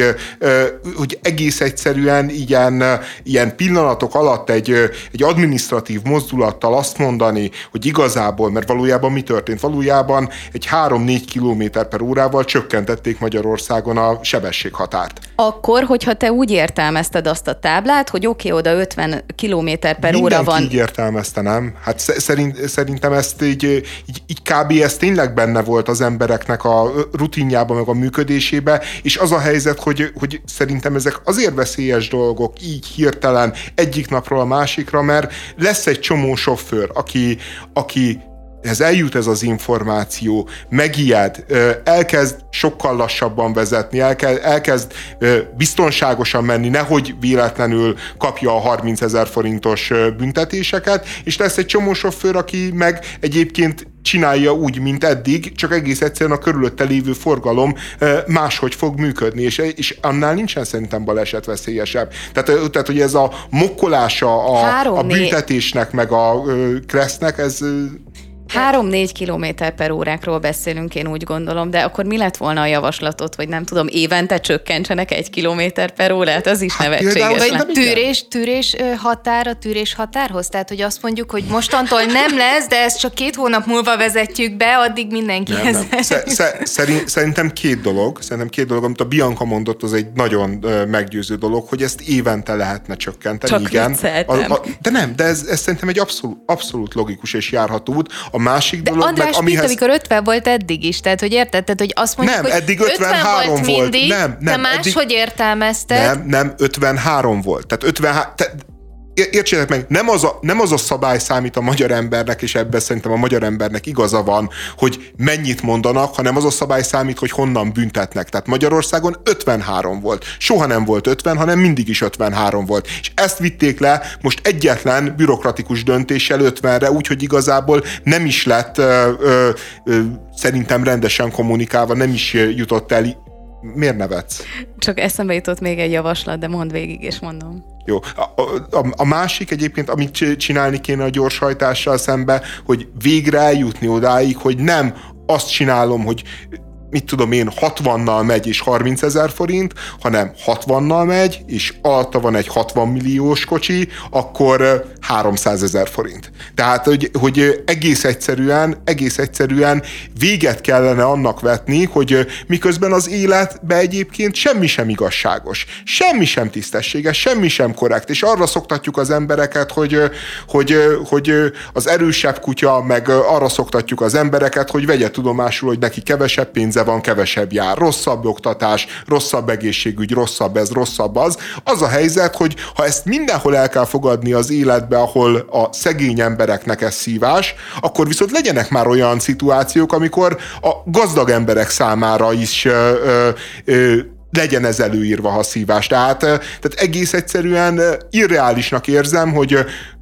Speaker 2: hogy egész egyszerűen ilyen, ilyen pillanatok alatt egy, egy adminisztratív mozdulattal azt mondani, hogy igazából, mert valójában mi történt? Valójában egy három-négy kilométer per órával csökkentették Magyarországon a sebességhatárt.
Speaker 3: Akkor, hogyha te úgy értelmezted azt a táblát, hogy oké, okay, oda ötven kilométer per óra van.
Speaker 2: Mindenki így értelmezte, nem? Hát szerint, szerintem ezt így, így, így kb. Ez tényleg benne volt az embereknek a rutinjában, meg a működésébe, és az a helyzet, hogy, hogy szerintem ezek azért veszélyes dolgok, így hirtelen egyik napról a másikra, mert lesz egy csomó sofőr, aki, aki ez eljut ez az információ, megijed, elkezd sokkal lassabban vezetni, elkezd, elkezd biztonságosan menni, nehogy véletlenül kapja a harmincezer forintos büntetéseket, és lesz egy csomó sofőr, aki meg egyébként csinálja úgy, mint eddig, csak egész egyszerűen a körülötte lévő forgalom máshogy fog működni, és, és annál nincsen szerintem baleset veszélyesebb. Tehát, tehát hogy ez a mokkolása a, a büntetésnek, meg a kressznek, ez...
Speaker 3: három-négy kilométer per órákról beszélünk, én úgy gondolom, de akkor mi lett volna a javaslatot, hogy nem tudom, évente csökkentsenek egy kilométer per órát? Az is hát, nevetséges.
Speaker 1: Vagy tűrés, tűrés határ a tűrés határhoz? Tehát, hogy azt mondjuk, hogy mostantól nem lesz, de ezt csak két hónap múlva vezetjük be, addig mindenki
Speaker 2: nem,
Speaker 1: ezzel.
Speaker 2: Nem. Szerint, szerintem két dolog, szerintem két dolog, amit a Bianca mondott, az egy nagyon meggyőző dolog, hogy ezt évente lehetne csökkenteni.
Speaker 3: Csak
Speaker 2: igen.
Speaker 3: A, a,
Speaker 2: de nem, de ez, ez szerintem egy abszolút, abszolút logikus és járható út. A másik
Speaker 1: de
Speaker 2: dolog,
Speaker 1: András,
Speaker 2: meg amihez...
Speaker 1: mint amikor ötven volt eddig is, tehát hogy érted? Tehát, hogy azt mondjuk,
Speaker 2: nem,
Speaker 1: hogy
Speaker 2: eddig ötvenhárom
Speaker 1: ötven volt mindig,
Speaker 2: nem, nem,
Speaker 1: de máshogy
Speaker 2: eddig...
Speaker 1: értelmezted.
Speaker 2: Nem, nem, ötvenhárom volt. Tehát ötvenhárom... Te... Értsétek meg, nem az, a, nem az a szabály számít a magyar embernek, és ebben szerintem a magyar embernek igaza van, hogy mennyit mondanak, hanem az a szabály számít, hogy honnan büntetnek. Tehát Magyarországon ötvenhárom volt. Soha nem volt ötven, hanem mindig is ötvenhárom volt. És ezt vitték le most egyetlen bürokratikus döntéssel ötvenre, úgyhogy igazából nem is lett ö, ö, ö, szerintem rendesen kommunikálva, nem is jutott el. Miért nevetsz?
Speaker 3: Csak eszembe jutott még egy javaslat, de mondd végig, és mondom.
Speaker 2: Jó. A, a, a másik egyébként, amit csinálni kéne a gyorshajtással szembe, hogy végre eljutni odáig, hogy nem azt csinálom, hogy mit tudom én, hatvannal megy és harmincezer forint, hanem hatvannal megy, és alatta van egy hatvan milliós kocsi, akkor háromszázezer forint. Tehát, hogy, hogy egész egyszerűen, egész egyszerűen véget kellene annak vetni, hogy miközben az életben egyébként semmi sem igazságos, semmi sem tisztességes, semmi sem korrekt, és arra szoktatjuk az embereket, hogy, hogy, hogy az erősebb kutya, meg arra szoktatjuk az embereket, hogy vegye tudomásul, hogy neki kevesebb pénze van, kevesebb jár, rosszabb oktatás, rosszabb egészségügy, rosszabb ez, rosszabb az. Az a helyzet, hogy ha ezt mindenhol el kell fogadni az életbe, ahol a szegény embereknek ez szívás, akkor viszont legyenek már olyan szituációk, amikor a gazdag emberek számára is ö, ö, ö, legyen ez előírva, ha szívás. Tehát, tehát egész egyszerűen irreálisnak érzem, hogy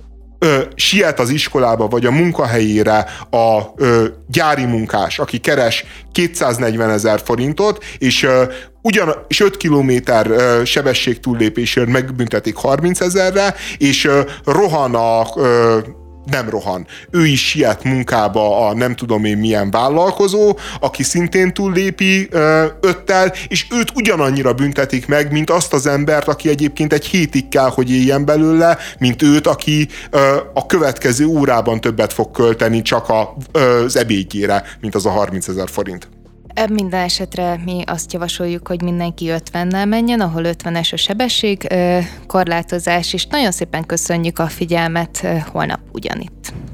Speaker 2: Ö, siet az iskolába vagy a munkahelyére a ö, gyári munkás, aki keres kétszáznegyvenezer forintot, és, ö, ugyan, és öt kilométer ö, sebesség túllépésért megbüntetik harmincezerre, és ö, rohan a... Ö, nem rohan. Ő is siet munkába a nem tudom én milyen vállalkozó, aki szintén túllépi ö, öttel, és őt ugyanannyira büntetik meg, mint azt az embert, aki egyébként egy hétig kell, hogy éljen belőle, mint őt, aki ö, a következő órában többet fog költeni csak a, ö, az ebédjére, mint az a harmincezer forint.
Speaker 1: Minden esetre mi azt javasoljuk, hogy mindenki ötvennel menjen, ahol ötvenes a sebesség korlátozás, és nagyon szépen köszönjük a figyelmet, holnap ugyanitt.